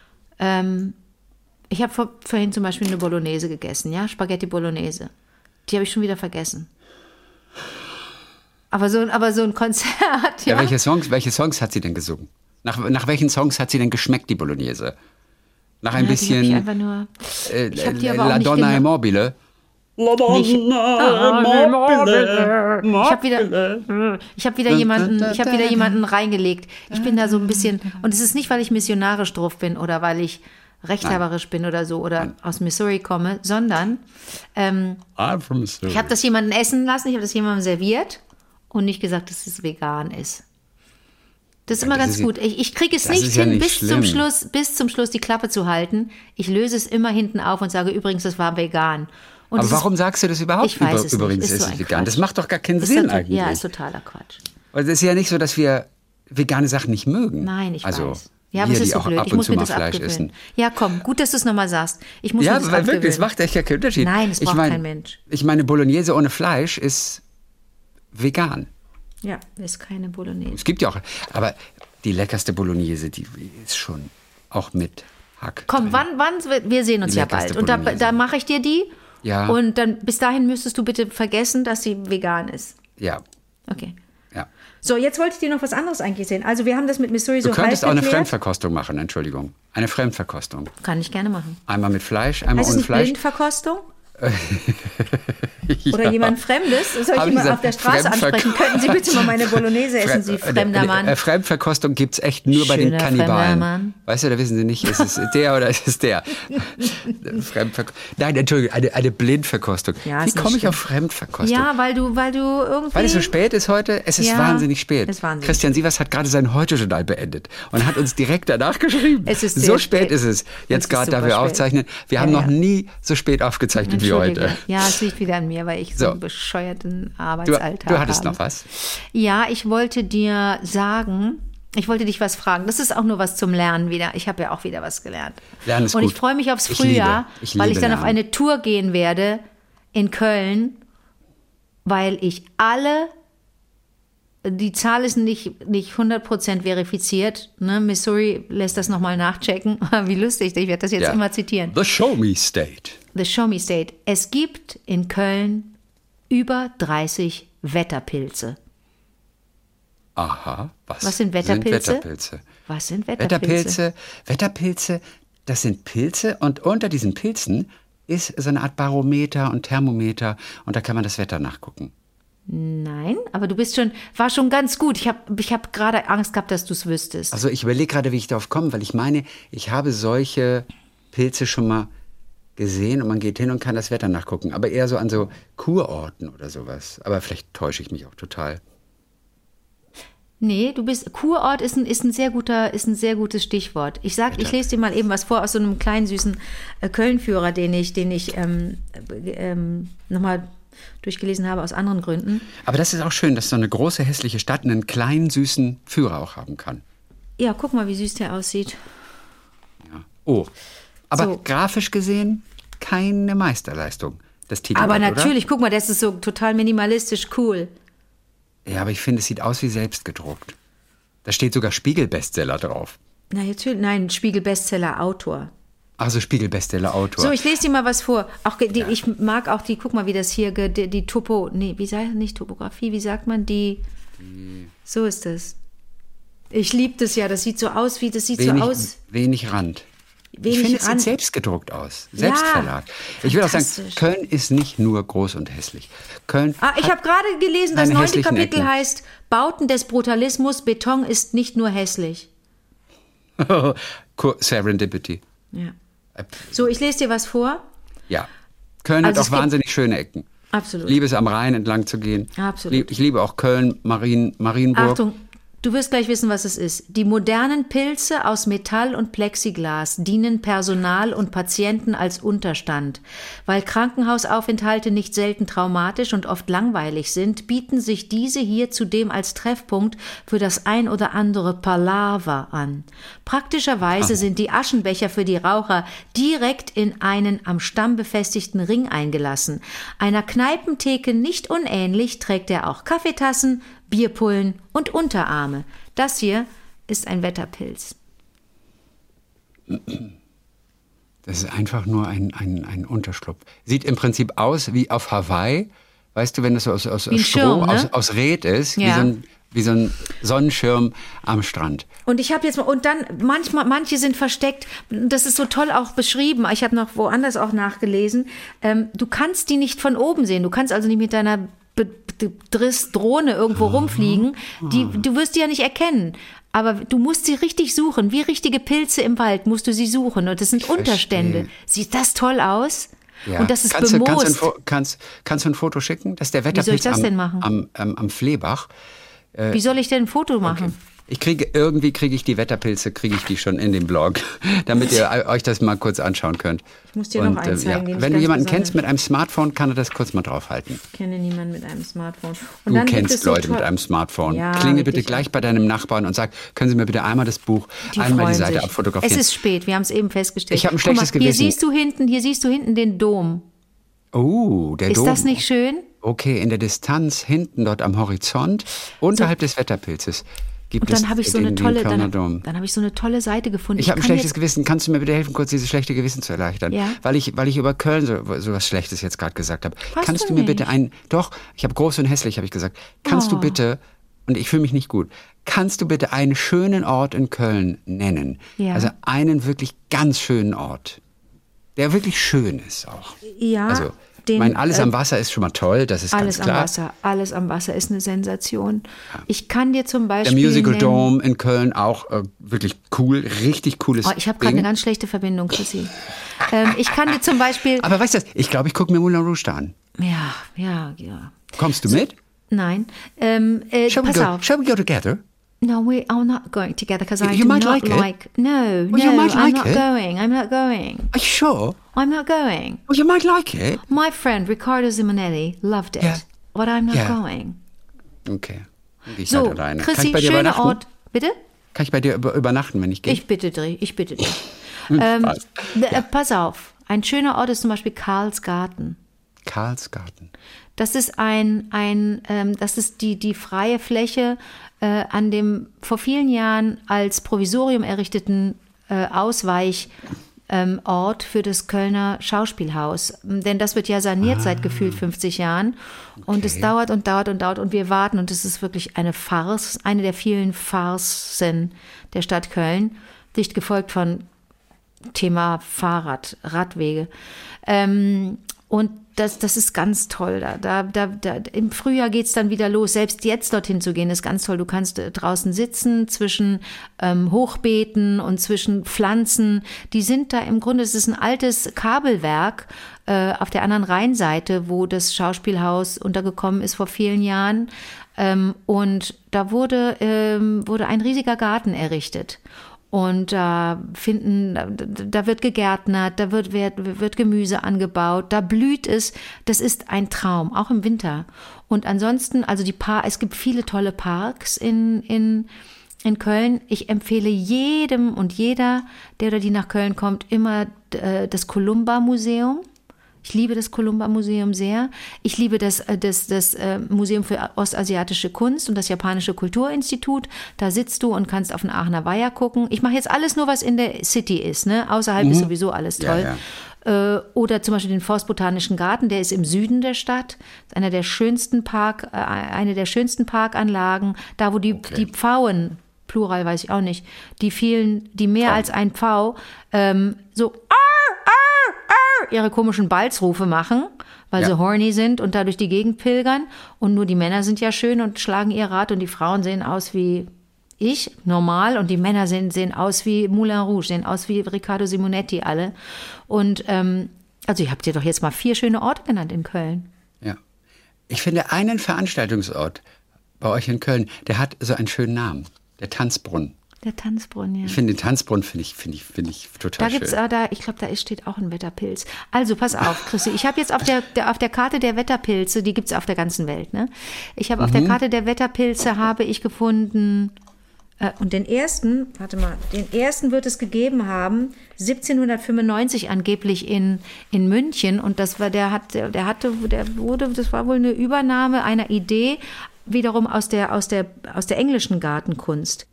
ich habe vorhin zum Beispiel eine Bolognese gegessen, ja? Spaghetti Bolognese. Die habe ich schon wieder vergessen. Aber so ein Konzert, ja. Welche Songs hat sie denn gesungen? Nach welchen Songs hat sie denn geschmeckt, die Bolognese? Nach ein bisschen Die hab ich einfach nur, ich hab die aber auch La nicht Donna genau- e Mobile. Ich habe wieder jemanden reingelegt. Ich bin da so ein bisschen, und es ist nicht, weil ich missionarisch drauf bin oder weil ich rechthaberisch bin oder so oder aus Missouri komme, sondern I'm from Missouri. ich habe das jemanden essen lassen, ich habe das jemandem serviert und nicht gesagt, dass es vegan ist. Das ist immer ganz gut. Ich kriege es nicht hin, bis zum Schluss die Klappe zu halten. Ich löse es immer hinten auf und sage, übrigens, das war vegan. Und Aber warum sagst du das überhaupt? Ich weiß es Übrigens nicht. ist so es ein vegan. Quatsch. Das macht doch gar keinen Sinn eigentlich. Ja, ist totaler Quatsch. Und es ist ja nicht so, dass wir vegane Sachen nicht mögen. Nein, ich also, weiß. Ja, aber wir, es ist die so auch blöd. ab Ich und muss zu mir mal das Fleisch abgewöhnen. essen. Ja, komm, gut, dass du es nochmal sagst. Ich muss mir Ja, das weil wirklich, abgewöhnen. es macht echt ja keinen Unterschied. Nein, es braucht kein Mensch. Ich meine, Bolognese ohne Fleisch ist vegan. Ja, ist keine Bolognese. Es gibt ja auch, aber die leckerste Bolognese, die ist schon auch mit Hack. Komm, drin. wann, wir sehen uns Die ja leckerste bald. Und Bolognese. da mache ich dir die. Ja. Und dann bis dahin müsstest du bitte vergessen, dass sie vegan ist. Ja, Okay. ja. So, jetzt wollte ich dir noch was anderes eigentlich sehen. Also wir haben das mit Missouri Du so könntest auch halb eine erklärt. Fremdverkostung machen, Entschuldigung. Eine Fremdverkostung. Kann ich gerne machen. Einmal mit Fleisch, einmal Heißt es ohne nicht Fleisch. Blindverkostung? Oder jemand Fremdes? Soll ich Hab ich jemand gesagt, auf der Straße ansprechen? Könnten Sie bitte mal meine Bolognese essen, Sie fremder Mann? Fremdverkostung gibt es echt nur bei den Schöner Kannibalen. fremder Mann. Weißt du, da wissen sie nicht, ist es der oder ist es der? Nein, Entschuldigung, eine Blindverkostung. Ja, Wie ist nicht komme ich schlimm. auf Fremdverkostung? Ja, weil du irgendwie... Weil es so spät ist heute? Es ist Ja, wahnsinnig spät. es ist wahnsinnig Christian Sievers hat gerade sein Heute-Journal beendet und hat uns direkt danach geschrieben. Es ist so sehr spät spät. ist es. Es Jetzt ist gerade, da super wir spät. aufzeichnen. Wir haben Ja, noch ja. nie so spät aufgezeichnet wie heute. Entschuldige. Ja, es liegt wieder an mir, weil ich so So. einen bescheuerten Du Arbeitsalltag hattest habe. noch was? Ja, ich wollte dir sagen, ich wollte dich was fragen. Das ist auch nur was zum Lernen wieder. Ich habe ja auch wieder was gelernt. Lernen ist Und gut. ich freue mich aufs Ich Frühjahr, liebe weil ich dann auf Lernen. eine Tour gehen werde in Köln, weil ich die Zahl ist nicht 100% verifiziert. Ne? Missouri lässt das nochmal nachchecken. Wie lustig, ich werde das jetzt Ja. immer zitieren. The Show Me State. The Show Me State. Es gibt in Köln über 30 Wetterpilze. Aha. Was sind Wetterpilze? Wetterpilze? Was sind Wetterpilze? Wetterpilze, das sind Pilze und unter diesen Pilzen ist so eine Art Barometer und Thermometer und da kann man das Wetter nachgucken. Nein, aber war schon ganz gut. Ich hab gerade Angst gehabt, dass du es wüsstest. Also ich überlege gerade, wie ich darauf komme, weil ich meine, ich habe solche Pilze schon mal gesehen und man geht hin und kann das Wetter nachgucken, aber eher so an so Kurorten oder sowas. Aber vielleicht täusche ich mich auch total. Nee, Kurort ist ein sehr gutes Stichwort. Ich lese dir mal eben was vor aus so einem kleinen süßen Köln-Führer, den ich nochmal durchgelesen habe aus anderen Gründen. Aber das ist auch schön, dass so eine große hässliche Stadt einen kleinen süßen Führer auch haben kann. Ja, guck mal, wie süß der aussieht. Ja. Oh, aber So. grafisch gesehen keine Meisterleistung. Das Titelblatt, Aber natürlich, oder? guck mal, das ist so total minimalistisch cool. Ja, aber ich finde, es sieht aus wie selbst gedruckt. Da steht sogar Spiegel-Bestseller drauf. Na, natürlich, nein, Spiegel-Bestseller-Autor. Also Spiegel-Bestseller-Autor. So, ich lese dir mal was vor. Auch ich mag auch die, guck mal, wie das hier, die nicht Topografie, wie sagt man, so ist das. Ich liebe das ja, das sieht so aus, Wenig Rand. Wenig ich finde, es Rand. sieht selbst gedruckt aus. Selbstverlag. Ich will auch sagen, Köln ist nicht nur groß und hässlich. Köln ich habe gerade gelesen, das 9. Kapitel Ecken. heißt Bauten des Brutalismus, Beton ist nicht nur hässlich. Serendipity. Ja. So, ich lese dir was vor. Ja. Köln hat auch wahnsinnig schöne Ecken. Absolut. Ich liebe es, am Rhein entlang zu gehen. Absolut. Ich liebe auch Köln, Marienburg. Achtung, du wirst gleich wissen, was es ist. Die modernen Pilze aus Metall und Plexiglas dienen Personal und Patienten als Unterstand. Weil Krankenhausaufenthalte nicht selten traumatisch und oft langweilig sind, bieten sich diese hier zudem als Treffpunkt für das ein oder andere Palaver an. Praktischerweise sind die Aschenbecher für die Raucher direkt in einen am Stamm befestigten Ring eingelassen. Einer Kneipentheke nicht unähnlich trägt er auch Kaffeetassen, Bierpullen und Unterarme. Das hier ist ein Wetterpilz. Das ist einfach nur ein Unterschlupf. Sieht im Prinzip aus wie auf Hawaii. Weißt du, wenn das so aus Stroh, Schirm, ne? aus Red ist, Ja. wie so ein Sonnenschirm am Strand. Und ich habe jetzt mal, und dann manche sind versteckt, das ist so toll auch beschrieben, ich habe noch woanders auch nachgelesen, du kannst die nicht von oben sehen, du kannst also nicht mit deiner Drohne irgendwo rumfliegen, du wirst die ja nicht erkennen. Aber du musst sie richtig suchen, wie richtige Pilze im Wald musst du sie suchen. Und das sind Unterstände. Sieht das toll aus? Ja. Und das ist bemoost. Kannst du ein Foto schicken? Das ist der Wetterpilz Wie soll ich das denn machen? Am Fleebach. Wie soll ich denn ein Foto machen? Okay. Kriege ich die Wetterpilze, schon in den Blog, damit ihr euch das mal kurz anschauen könnt. Ich muss dir noch einen zeigen. Den Wenn du jemanden besonders kennst mit einem Smartphone, kann er das kurz mal draufhalten. Ich kenne niemanden mit einem Smartphone. Und du kennst Leute mit einem Smartphone. Ja, Klingel bitte gleich bei deinem Nachbarn und sag, können Sie mir bitte einmal das Buch, einmal die Seite abfotografieren. Es ist spät, wir haben es eben festgestellt. Ich habe ein schlechtes Gewissen. Hier siehst du hinten den Dom. Oh, der Dom. Ist das nicht schön? Okay, in der Distanz hinten dort am Horizont, unterhalb des Wetterpilzes, gibt es dann habe ich so eine Kölner Dom. Dann habe ich so eine tolle Seite gefunden. Ich habe ein schlechtes Gewissen. Kannst du mir bitte helfen, kurz dieses schlechte Gewissen zu erleichtern? Ja. Weil ich über Köln so was Schlechtes jetzt gerade gesagt habe. Hast Kannst du du mir nicht. bitte ich habe groß und hässlich, habe ich gesagt. Kannst du bitte, und ich fühle mich nicht gut, kannst du bitte einen schönen Ort in Köln nennen? Ja. Also einen wirklich ganz schönen Ort, der wirklich schön ist auch. Ja. Also, alles am Wasser ist schon mal toll, das ist ganz klar. Alles am Wasser ist eine Sensation. Ja. Ich kann dir zum Beispiel der Musical Dome in Köln auch wirklich cool, richtig cooles Ding. Ich habe gerade eine ganz schlechte Verbindung, Chrissy. Ich kann dir zum Beispiel... Aber weißt du, ich glaube, ich gucke mir Moulin Rouge da an. Ja. Kommst du mit? Nein. Pass auf. Shall we go together? No, we are not going together because I you do might not like it. No, you might I'm like not it. going. I'm not going. Are you sure? I'm not going. Well, you might like it. My friend Riccardo Simonelli loved it, Yeah. but I'm not Yeah. going. Okay. Ich So, halt alleine. Kann Chrissy, ich bei dir schöner übernachten? Ort. Bitte? Kann ich bei dir übernachten, wenn ich gehe? Ich bitte dich. Spaß. Pass auf. Ein schöner Ort ist zum Beispiel Karlsgarten. Karlsgarten. Das ist das ist die freie Fläche an dem vor vielen Jahren als Provisorium errichteten Ausweichort für das Kölner Schauspielhaus. Denn das wird ja saniert seit gefühlt 50 Jahren. Und es dauert und wir warten. Und es ist wirklich eine Farce, eine der vielen Farcen der Stadt Köln, dicht gefolgt von Thema Radwege. Und das ist ganz toll. Im Frühjahr geht's dann wieder los. Selbst jetzt dorthin zu gehen, ist ganz toll. Du kannst draußen sitzen zwischen Hochbeeten und zwischen Pflanzen. Die sind da im Grunde, es ist ein altes Kabelwerk auf der anderen Rheinseite, wo das Schauspielhaus untergekommen ist vor vielen Jahren. Und da wurde ein riesiger Garten errichtet. Und da wird gegärtnert, da wird Gemüse angebaut, da blüht es. Das ist ein Traum, auch im Winter. Und ansonsten, also es gibt viele tolle Parks in Köln. Ich empfehle jedem und jeder, der oder die nach Köln kommt, immer das Columba-Museum. Ich liebe das Columba-Museum sehr. Ich liebe das Museum für ostasiatische Kunst und das Japanische Kulturinstitut. Da sitzt du und kannst auf den Aachener Weiher gucken. Ich mache jetzt alles nur, was in der City ist. Ne? Außerhalb ist sowieso alles toll. Ja. Oder zum Beispiel den Forstbotanischen Garten, der ist im Süden der Stadt. Das ist eine der schönsten Parkanlagen. Da, wo die Pfauen, Plural weiß ich auch nicht, die mehr als ein Pfau, so ihre komischen Balzrufe machen, weil sie horny sind und da durch die Gegend pilgern. Und nur die Männer sind ja schön und schlagen ihr Rad und die Frauen sehen aus wie ich, normal. Und die Männer sehen aus wie Moulin Rouge, sehen aus wie Riccardo Simonetti alle. Und also ihr habt ja doch jetzt mal 4 schöne Orte genannt in Köln. Ja. Ich finde einen Veranstaltungsort bei euch in Köln, der hat so einen schönen Namen. Der Tanzbrunnen. Der Tanzbrunnen, ja. Ich finde den Tanzbrunnen finde ich total schön. Ich glaube, da steht auch ein Wetterpilz. Also pass auf, Chrissy, ich habe jetzt auf der Karte der Wetterpilze, die gibt es auf der ganzen Welt, ne? Ich habe auf der Karte der Wetterpilze habe ich gefunden und den ersten wird es gegeben haben 1795 angeblich in München und das war das war wohl eine Übernahme einer Idee wiederum aus der englischen Gartenkunst.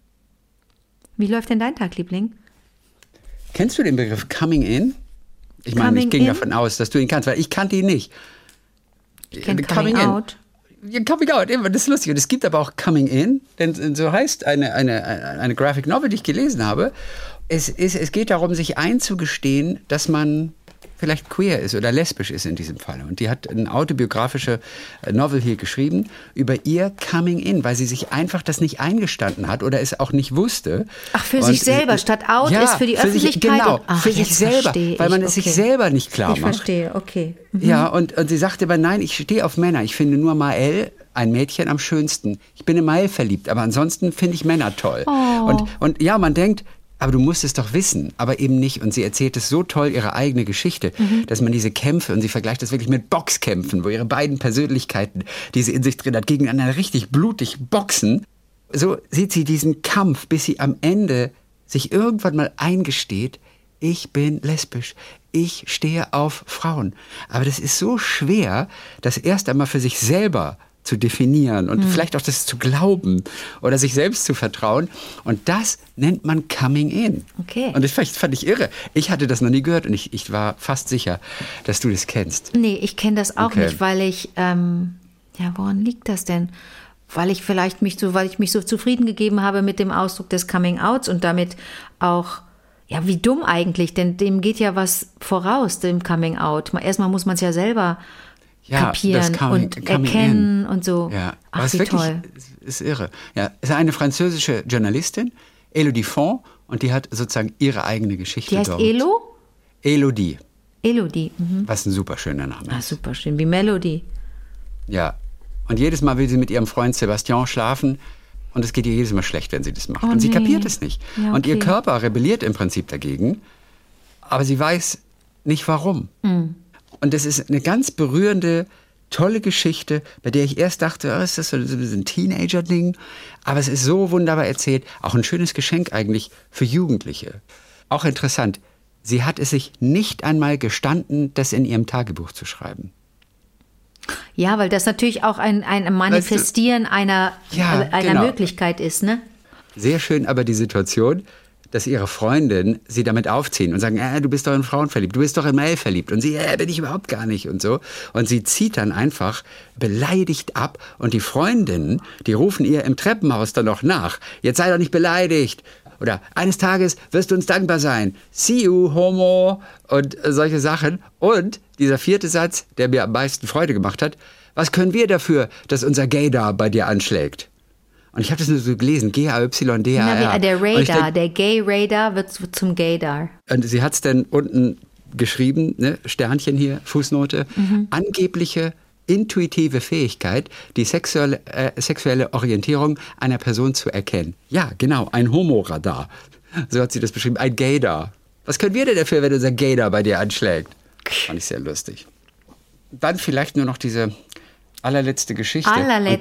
Wie läuft denn dein Tag, Liebling? Kennst du den Begriff Coming In? Ich meine, ich ging davon aus, dass du ihn kannst, weil ich kannte ihn nicht. Ich kenne Coming Out. Ja, Coming Out, das ist lustig. Und es gibt aber auch Coming In, denn so heißt eine Graphic Novel, die ich gelesen habe. Es geht darum, sich einzugestehen, dass man vielleicht queer ist oder lesbisch ist in diesem Fall. Und die hat eine autobiografische Novel hier geschrieben über ihr Coming In, weil sie sich einfach das nicht eingestanden hat oder es auch nicht wusste. Ach, für sich selber, statt out ist für die Öffentlichkeit. Für sich selber, weil man es sich selber nicht klar macht. Ich verstehe, okay. Ja, und sie sagte aber, nein, ich stehe auf Männer. Ich finde nur Maëlle, ein Mädchen, am schönsten. Ich bin in Maëlle verliebt, aber ansonsten finde ich Männer toll. Oh. Und ja, man denkt, aber du musst es doch wissen, aber eben nicht. Und sie erzählt es so toll, ihre eigene Geschichte, dass man diese Kämpfe, und sie vergleicht das wirklich mit Boxkämpfen, wo ihre beiden Persönlichkeiten, die sie in sich drin hat, gegeneinander richtig blutig boxen. So sieht sie diesen Kampf, bis sie am Ende sich irgendwann mal eingesteht, ich bin lesbisch, ich stehe auf Frauen. Aber das ist so schwer, das erst einmal für sich selber zu definieren und vielleicht auch das zu glauben oder sich selbst zu vertrauen. Und das nennt man Coming In. Okay. Und das fand ich irre. Ich hatte das noch nie gehört und ich war fast sicher, dass du das kennst. Nee, ich kenne das auch nicht, weil ich, woran liegt das denn? Weil ich mich so zufrieden gegeben habe mit dem Ausdruck des Coming Outs und damit auch, ja, wie dumm eigentlich, denn dem geht ja was voraus, dem Coming Out. Erstmal muss man es ja selber kapieren und erkennen und so. Ja, ach, wie wirklich, toll. Ist irre. Ja, es ist eine französische Journalistin, Elodie Font, und die hat sozusagen ihre eigene Geschichte dort. Die heißt Elodie. Elodie. Was ein super schöner Name ist. Ah, super schön, wie Melodie. Ja, und jedes Mal will sie mit ihrem Freund Sebastian schlafen und es geht ihr jedes Mal schlecht, wenn sie das macht. Und sie kapiert es nicht. Ja, okay. Und ihr Körper rebelliert im Prinzip dagegen, aber sie weiß nicht warum. Und das ist eine ganz berührende, tolle Geschichte, bei der ich erst dachte, ist das so ein Teenager-Ding? Aber es ist so wunderbar erzählt. Auch ein schönes Geschenk eigentlich für Jugendliche. Auch interessant, sie hat es sich nicht einmal gestanden, das in ihrem Tagebuch zu schreiben. Ja, weil das natürlich auch ein Manifestieren einer Möglichkeit ist, ne? Sehr schön aber die Situation, dass ihre Freundinnen sie damit aufziehen und sagen, du bist doch in Frauen verliebt, du bist doch in Maëlle verliebt. Und sie, bin ich überhaupt gar nicht und so. Und sie zieht dann einfach beleidigt ab und die Freundinnen, die rufen ihr im Treppenhaus dann noch nach. Jetzt sei doch nicht beleidigt. Oder eines Tages wirst du uns dankbar sein. See you, Homo. Und solche Sachen. Und dieser 4. Satz, der mir am meisten Freude gemacht hat, was können wir dafür, dass unser Gaydar bei dir anschlägt? Und ich habe das nur so gelesen, G-A-Y-D-A-R. Der Radar, der Gay-Radar wird zum Gaydar. Und sie hat es dann unten geschrieben, ne, Sternchen hier, Fußnote, angebliche intuitive Fähigkeit, die sexuelle Orientierung einer Person zu erkennen. Ja, genau, ein Homoradar. So hat sie das beschrieben, ein Gaydar. Was können wir denn dafür, wenn unser Gaydar bei dir anschlägt? Fand ich sehr lustig. Dann vielleicht nur noch diese allerletzte Geschichte.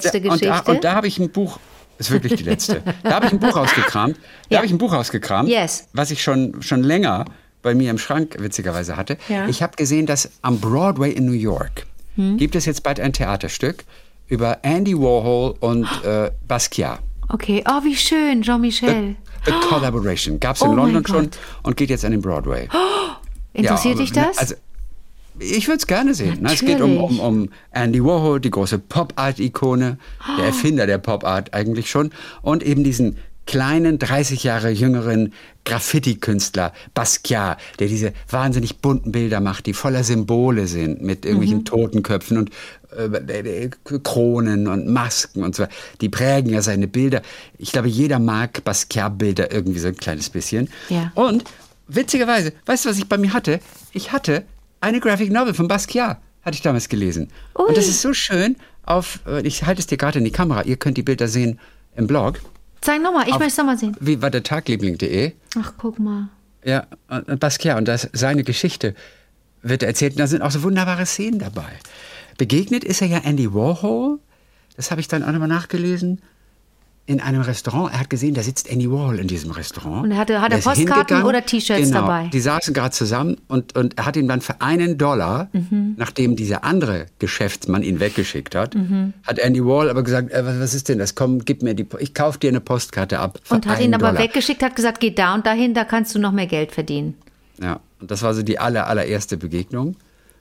Und da habe ich ein Buch, ist wirklich die letzte, da habe ich ein Buch rausgekramt, yes. Was ich schon länger bei mir im Schrank witzigerweise hatte. Ja. Ich habe gesehen, dass am Broadway in New York gibt es jetzt bald ein Theaterstück über Andy Warhol und Basquiat. Okay, oh, wie schön, Jean-Michel. The Collaboration. Gab es in Oh mein London schon Gott. und geht jetzt an den Broadway. Interessiert dich das? Also, ich würde es gerne sehen. Ne? Es geht um Andy Warhol, die große Pop-Art-Ikone, der Erfinder der Pop-Art eigentlich schon. Und eben diesen kleinen, 30 Jahre jüngeren Graffiti-Künstler Basquiat, der diese wahnsinnig bunten Bilder macht, die voller Symbole sind, mit irgendwelchen Totenköpfen und Kronen und Masken und so. Die prägen ja seine Bilder. Ich glaube, jeder mag Basquiat-Bilder irgendwie so ein kleines bisschen. Ja. Und witzigerweise, weißt du, was ich bei mir hatte? Ich hatte eine Graphic Novel von Basquiat, hatte ich damals gelesen. Ui. Und das ist so schön ich halte es dir gerade in die Kamera, ihr könnt die Bilder sehen im Blog. Zeig nochmal, ich möchte es nochmal sehen. Wie war der Tagliebling.de? Ach, guck mal. Ja, und Basquiat und seine Geschichte wird erzählt. Und da sind auch so wunderbare Szenen dabei. Begegnet ist er ja Andy Warhol, das habe ich dann auch nochmal nachgelesen, in einem Restaurant. Er hat gesehen, da sitzt Andy Warhol in diesem Restaurant. Und hat er ist Postkarten hingegangen. oder T-Shirts genau, dabei? Die saßen gerade zusammen und er hat ihm dann für $1, nachdem dieser andere Geschäftsmann ihn weggeschickt hat, hat Andy Warhol aber gesagt, was ist denn das? Komm, gib mir ich kaufe dir eine Postkarte ab für Und hat ihn aber $1. weggeschickt, hat gesagt, geh da und dahin, da kannst du noch mehr Geld verdienen. Ja, und das war so die allererste Begegnung.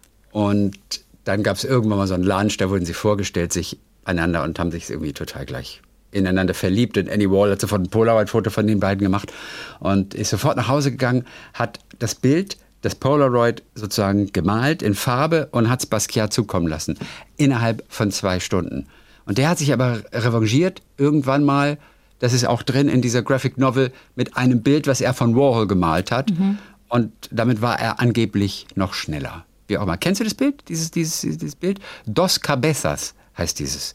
Und dann gab es irgendwann mal so einen Lunch, da wurden sie vorgestellt, sich einander und haben sich irgendwie total gleich ineinander verliebt. Und Andy Warhol hat sofort ein Polaroid-Foto von den beiden gemacht und ist sofort nach Hause gegangen, hat das Bild, das Polaroid sozusagen gemalt in Farbe und hat es Basquiat zukommen lassen. Innerhalb von 2 Stunden. Und der hat sich aber revanchiert irgendwann mal, das ist auch drin in dieser Graphic Novel, mit einem Bild, was er von Warhol gemalt hat. Und damit war er angeblich noch schneller. Wie auch immer. Kennst du das Bild? Dieses Bild? Dos Cabezas heißt dieses.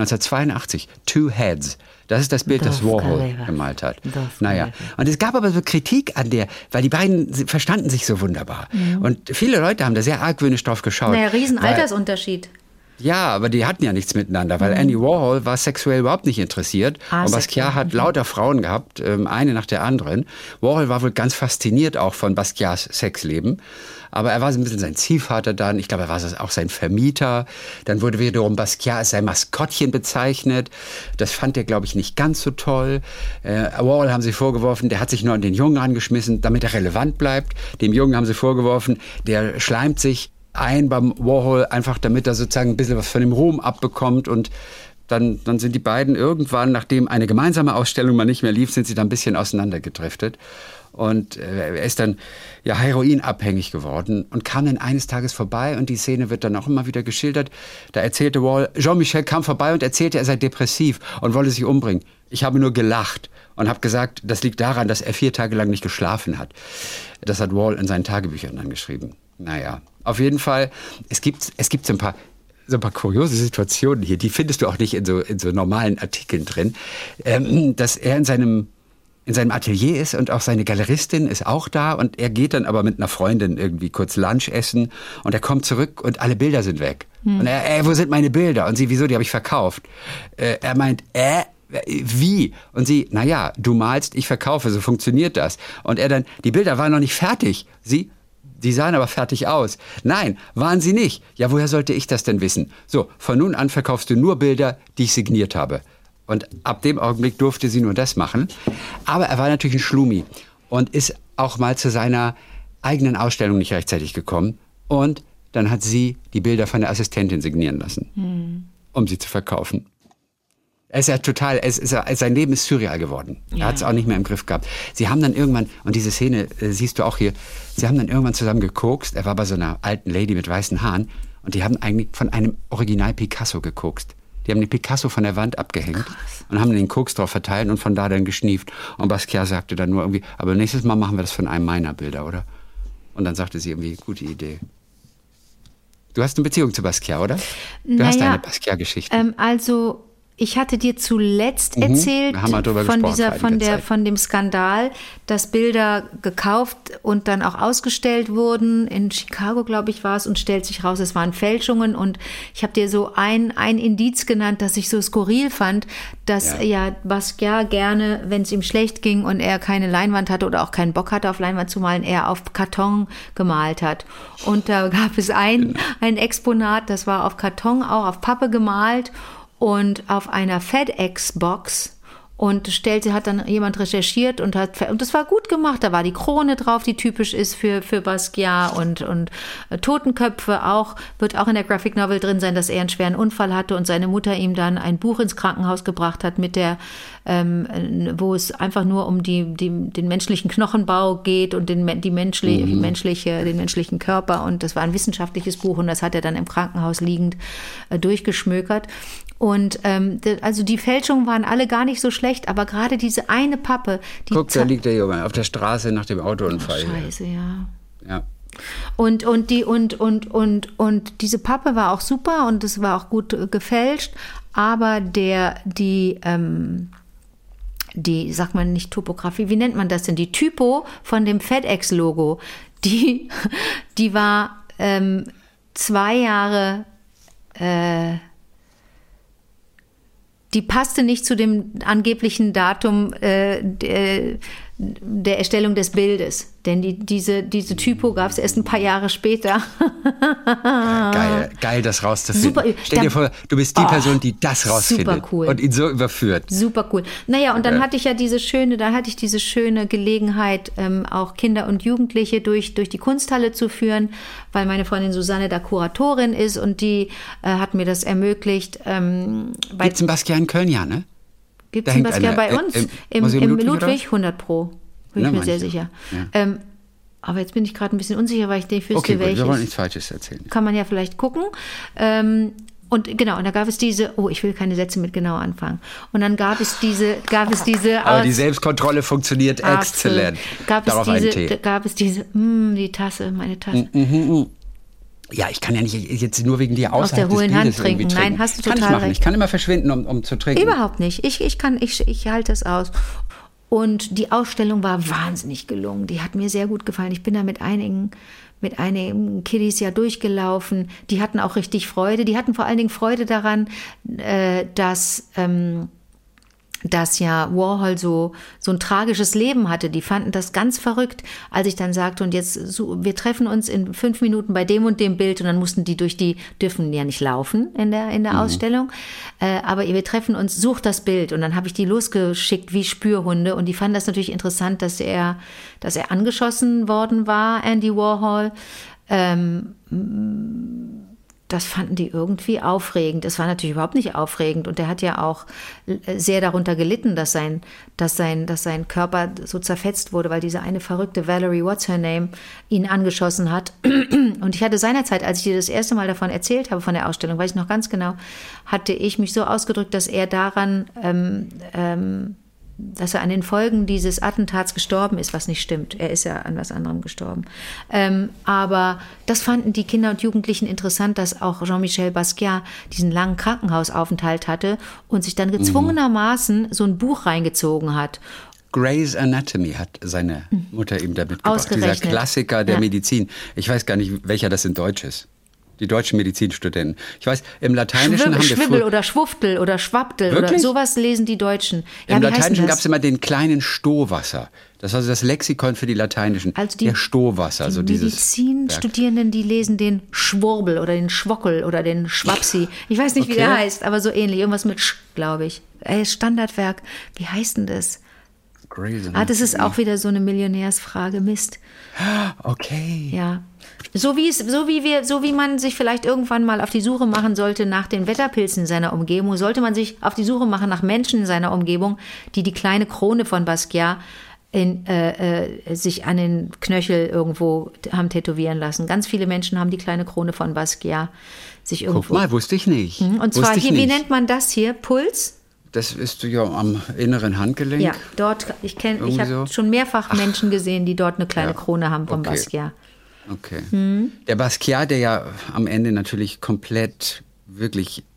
1982, Two Heads. Das ist das Bild, das Warhol gemalt hat. Naja, und es gab aber so Kritik an weil die beiden verstanden sich so wunderbar. Und viele Leute haben da sehr argwöhnisch drauf geschaut. Naja, Riesenaltersunterschied. Ja, aber die hatten ja nichts miteinander, weil Andy Warhol war sexuell überhaupt nicht interessiert. Und Basquiat hat lauter Frauen gehabt, eine nach der anderen. Warhol war wohl ganz fasziniert auch von Basquiats Sexleben. Aber er war so ein bisschen sein Ziehvater dann. Ich glaube, er war auch sein Vermieter. Dann wurde wiederum Basquiat als sein Maskottchen bezeichnet. Das fand er, glaube ich, nicht ganz so toll. Warhol haben sie vorgeworfen, der hat sich nur an den Jungen angeschmissen, damit er relevant bleibt. Dem Jungen haben sie vorgeworfen, der schleimt sich ein beim Warhol, einfach damit er sozusagen ein bisschen was von dem Ruhm abbekommt. Und dann sind die beiden irgendwann, nachdem eine gemeinsame Ausstellung mal nicht mehr lief, sind sie dann ein bisschen auseinandergedriftet. Und er ist dann ja heroinabhängig geworden und kam dann eines Tages vorbei und die Szene wird dann auch immer wieder geschildert. Da erzählte Warhol, Jean-Michel kam vorbei und erzählte, er sei depressiv und wolle sich umbringen. Ich habe nur gelacht und habe gesagt, das liegt daran, dass er 4 Tage lang nicht geschlafen hat. Das hat Warhol in seinen Tagebüchern dann geschrieben. Naja, auf jeden Fall, es gibt so ein paar kuriose Situationen hier, die findest du auch nicht in so normalen Artikeln drin, dass er in seinem Atelier ist und auch seine Galeristin ist auch da und er geht dann aber mit einer Freundin irgendwie kurz Lunch essen und er kommt zurück und alle Bilder sind weg. Und er, wo sind meine Bilder? Und sie, wieso, die habe ich verkauft. Er meint, wie? Und sie, naja, du malst, ich verkaufe, so funktioniert das. Und er dann, die Bilder waren noch nicht fertig. Die sahen aber fertig aus. Nein, waren sie nicht. Ja, woher sollte ich das denn wissen? So, von nun an verkaufst du nur Bilder, die ich signiert habe. Und ab dem Augenblick durfte sie nur das machen. Aber er war natürlich ein Schlumi und ist auch mal zu seiner eigenen Ausstellung nicht rechtzeitig gekommen. Und dann hat sie die Bilder von der Assistentin signieren lassen, um sie zu verkaufen. Sein Leben ist surreal geworden. Ja. Er hat es auch nicht mehr im Griff gehabt. Sie haben dann irgendwann, und diese Szene siehst du auch hier, sie haben dann irgendwann zusammen gekokst. Er war bei so einer alten Lady mit weißen Haaren und die haben eigentlich von einem Original Picasso gekokst. Die haben den Picasso von der Wand abgehängt und haben den Koks drauf verteilt und von da dann geschnieft. Und Basquiat sagte dann nur irgendwie, aber nächstes Mal machen wir das von einem meiner Bilder, oder? Und dann sagte sie irgendwie, gute Idee. Du hast eine Beziehung zu Basquiat, oder? Du hast eine Basquiat-Geschichte. Also Ich hatte dir zuletzt erzählt Wir haben mal drüber gesprochen, von dem Skandal, dass Bilder gekauft und dann auch ausgestellt wurden. In Chicago, glaube ich, war es, und stellt sich raus, es waren Fälschungen. Und ich habe dir so ein Indiz genannt, das ich so skurril fand, dass Basquiat gerne, wenn es ihm schlecht ging und er keine Leinwand hatte oder auch keinen Bock hatte, auf Leinwand zu malen, er auf Karton gemalt hat. Und da gab es ein Exponat, das war auf Karton, auch auf Pappe gemalt, und auf einer FedEx-Box, und hat dann jemand recherchiert und das war gut gemacht. Da war die Krone drauf, die typisch ist für Basquiat, und Totenköpfe auch, wird auch in der Graphic Novel drin sein, dass er einen schweren Unfall hatte und seine Mutter ihm dann ein Buch ins Krankenhaus gebracht hat wo es einfach nur um den menschlichen Knochenbau geht und den menschlichen Körper, und das war ein wissenschaftliches Buch, und das hat er dann im Krankenhaus liegend durchgeschmökert. Und also die Fälschungen waren alle gar nicht so schlecht, aber gerade diese eine Pappe. Guck, da liegt der Junge auf der Straße nach dem Autounfall. Oh, Scheiße, ja. Ja. Und diese Pappe war auch super und es war auch gut gefälscht, aber die sagt man nicht Topografie, wie nennt man das denn? Die Typo von dem FedEx-Logo, die war 2 Jahre, die passte nicht zu dem angeblichen Datum der Erstellung des Bildes. Denn diese Typo gab es erst ein paar Jahre später. Geil, das rauszufinden. Super, Stell dir vor, du bist die Person, die das rausfindet. Super cool. Und ihn so überführt. Super cool. Naja, und dann hatte ich ja diese schöne Gelegenheit, auch Kinder und Jugendliche durch die Kunsthalle zu führen, weil meine Freundin Susanne da Kuratorin ist, und die hat mir das ermöglicht. Gibt es einen Basquiat in Köln, ja, ne? Gibt es einen Basquiat bei uns? Im Ludwig 100 Pro. Bin ich mir sehr sicher. Ja. Aber jetzt bin ich gerade ein bisschen unsicher, weil ich nicht wüsste, welches. Wir wollen nichts Falsches erzählen. Kann man ja vielleicht gucken. Und genau, und da gab es ich will keine Sätze mit genau anfangen. Und dann gab es diese. Aber die Selbstkontrolle funktioniert exzellent. Gab es die Tasse, meine Tasse. Ja, ich kann ja nicht jetzt nur wegen dir außerhalb aus der hohlen Hand trinken. Nein, hast du total kann ich machen. recht. Ich kann immer verschwinden, um zu trinken. Überhaupt nicht. Ich halte es aus. Und die Ausstellung war wahnsinnig gelungen. Die hat mir sehr gut gefallen. Ich bin da mit einigen Kiddies ja durchgelaufen. Die hatten auch richtig Freude. Die hatten vor allen Dingen Freude daran, dass ja Warhol so ein tragisches Leben hatte. Die fanden das ganz verrückt, als ich dann sagte, und jetzt wir treffen uns in 5 Minuten bei dem und dem Bild, und dann mussten die dürfen ja nicht laufen in der Ausstellung, aber wir treffen uns, sucht das Bild, und dann habe ich die losgeschickt wie Spürhunde, und die fanden das natürlich interessant, dass er angeschossen worden war, Andy Warhol. Das fanden die irgendwie aufregend. Das war natürlich überhaupt nicht aufregend. Und der hat ja auch sehr darunter gelitten, dass sein Körper so zerfetzt wurde, weil diese eine verrückte Valerie What's Her Name ihn angeschossen hat. Und ich hatte seinerzeit, als ich dir das erste Mal davon erzählt habe, von der Ausstellung, weiß ich noch ganz genau, hatte ich mich so ausgedrückt, dass er daran dass er an den Folgen dieses Attentats gestorben ist, was nicht stimmt. Er ist ja an was anderem gestorben. Aber das fanden die Kinder und Jugendlichen interessant, dass auch Jean-Michel Basquiat diesen langen Krankenhausaufenthalt hatte und sich dann gezwungenermaßen so ein Buch reingezogen hat. Grey's Anatomy hat seine Mutter ihm da mitgebracht. Dieser Klassiker der Medizin. Ich weiß gar nicht, welcher das in Deutsch ist. Die deutschen Medizinstudenten. Ich weiß, im Lateinischen haben wir Schwibbel oder Schwuftel oder Schwapptel oder sowas lesen die Deutschen. Ja, im Lateinischen gab es immer den kleinen Stohwasser. Das war also das Lexikon für die Lateinischen. Also der Stohwasser. Die Medizinstudierenden, die lesen den Schwurbel oder den Schwockel oder den Schwapsi. Ich weiß nicht, wie der heißt, aber so ähnlich. Irgendwas mit Sch, glaube ich. Standardwerk. Wie heißt denn das? Das ist auch wieder so eine Millionärsfrage. Mist. Okay. Ja. So wie man sich vielleicht irgendwann mal auf die Suche machen sollte nach den Wetterpilzen in seiner Umgebung, sollte man sich auf die Suche machen nach Menschen in seiner Umgebung, die kleine Krone von Basquiat sich an den Knöchel irgendwo haben tätowieren lassen. Ganz viele Menschen haben die kleine Krone von Basquiat sich irgendwo... Guck mal, wusste ich nicht. Und zwar hier, wie nennt man das hier? Puls? Das ist ja am inneren Handgelenk. Ja, dort, ich habe schon mehrfach Menschen gesehen, die dort eine kleine Krone haben von Basquiat. Okay. Der Basquiat, der ja am Ende natürlich komplett wirklich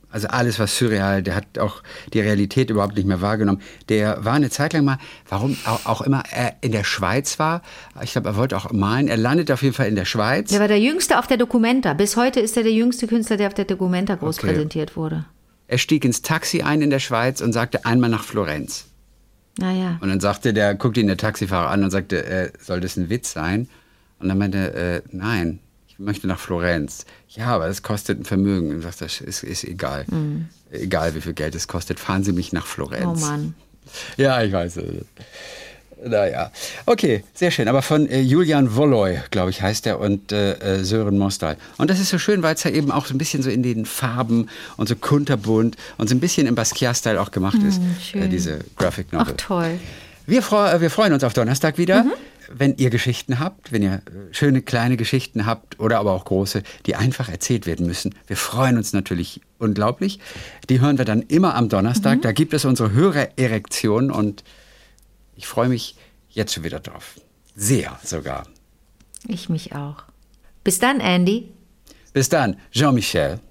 Also alles was surreal, der hat auch die Realität überhaupt nicht mehr wahrgenommen. Der war eine Zeit lang mal, warum auch immer er in der Schweiz war, ich glaube, er wollte auch malen, er landet auf jeden Fall in der Schweiz. Der war der Jüngste auf der Documenta. Bis heute ist er der jüngste Künstler, der auf der Documenta groß präsentiert wurde. Er stieg ins Taxi ein in der Schweiz und sagte einmal nach Florenz. Naja. Und dann guckte ihn der Taxifahrer an und sagte, soll das ein Witz sein? Und dann meinte, nein, ich möchte nach Florenz. Ja, aber das kostet ein Vermögen. Und sagt, das ist egal. Egal, wie viel Geld es kostet, fahren Sie mich nach Florenz. Oh Mann. Ja, ich weiß. Naja. Okay, sehr schön. Aber von Julian Wolloy, glaube ich, heißt er, und Sören Mostal. Und das ist so schön, weil es ja eben auch so ein bisschen so in den Farben und so kunterbunt und so ein bisschen im Basquiat-Style auch gemacht ist, diese Graphic Novel. Ach, toll. Wir freuen uns auf Donnerstag wieder. Wenn ihr Geschichten habt, wenn ihr schöne kleine Geschichten habt oder aber auch große, die einfach erzählt werden müssen. Wir freuen uns natürlich unglaublich. Die hören wir dann immer am Donnerstag. Da gibt es unsere Hörererektion und ich freue mich jetzt schon wieder drauf. Sehr sogar. Ich mich auch. Bis dann, Andy. Bis dann, Jean-Michel.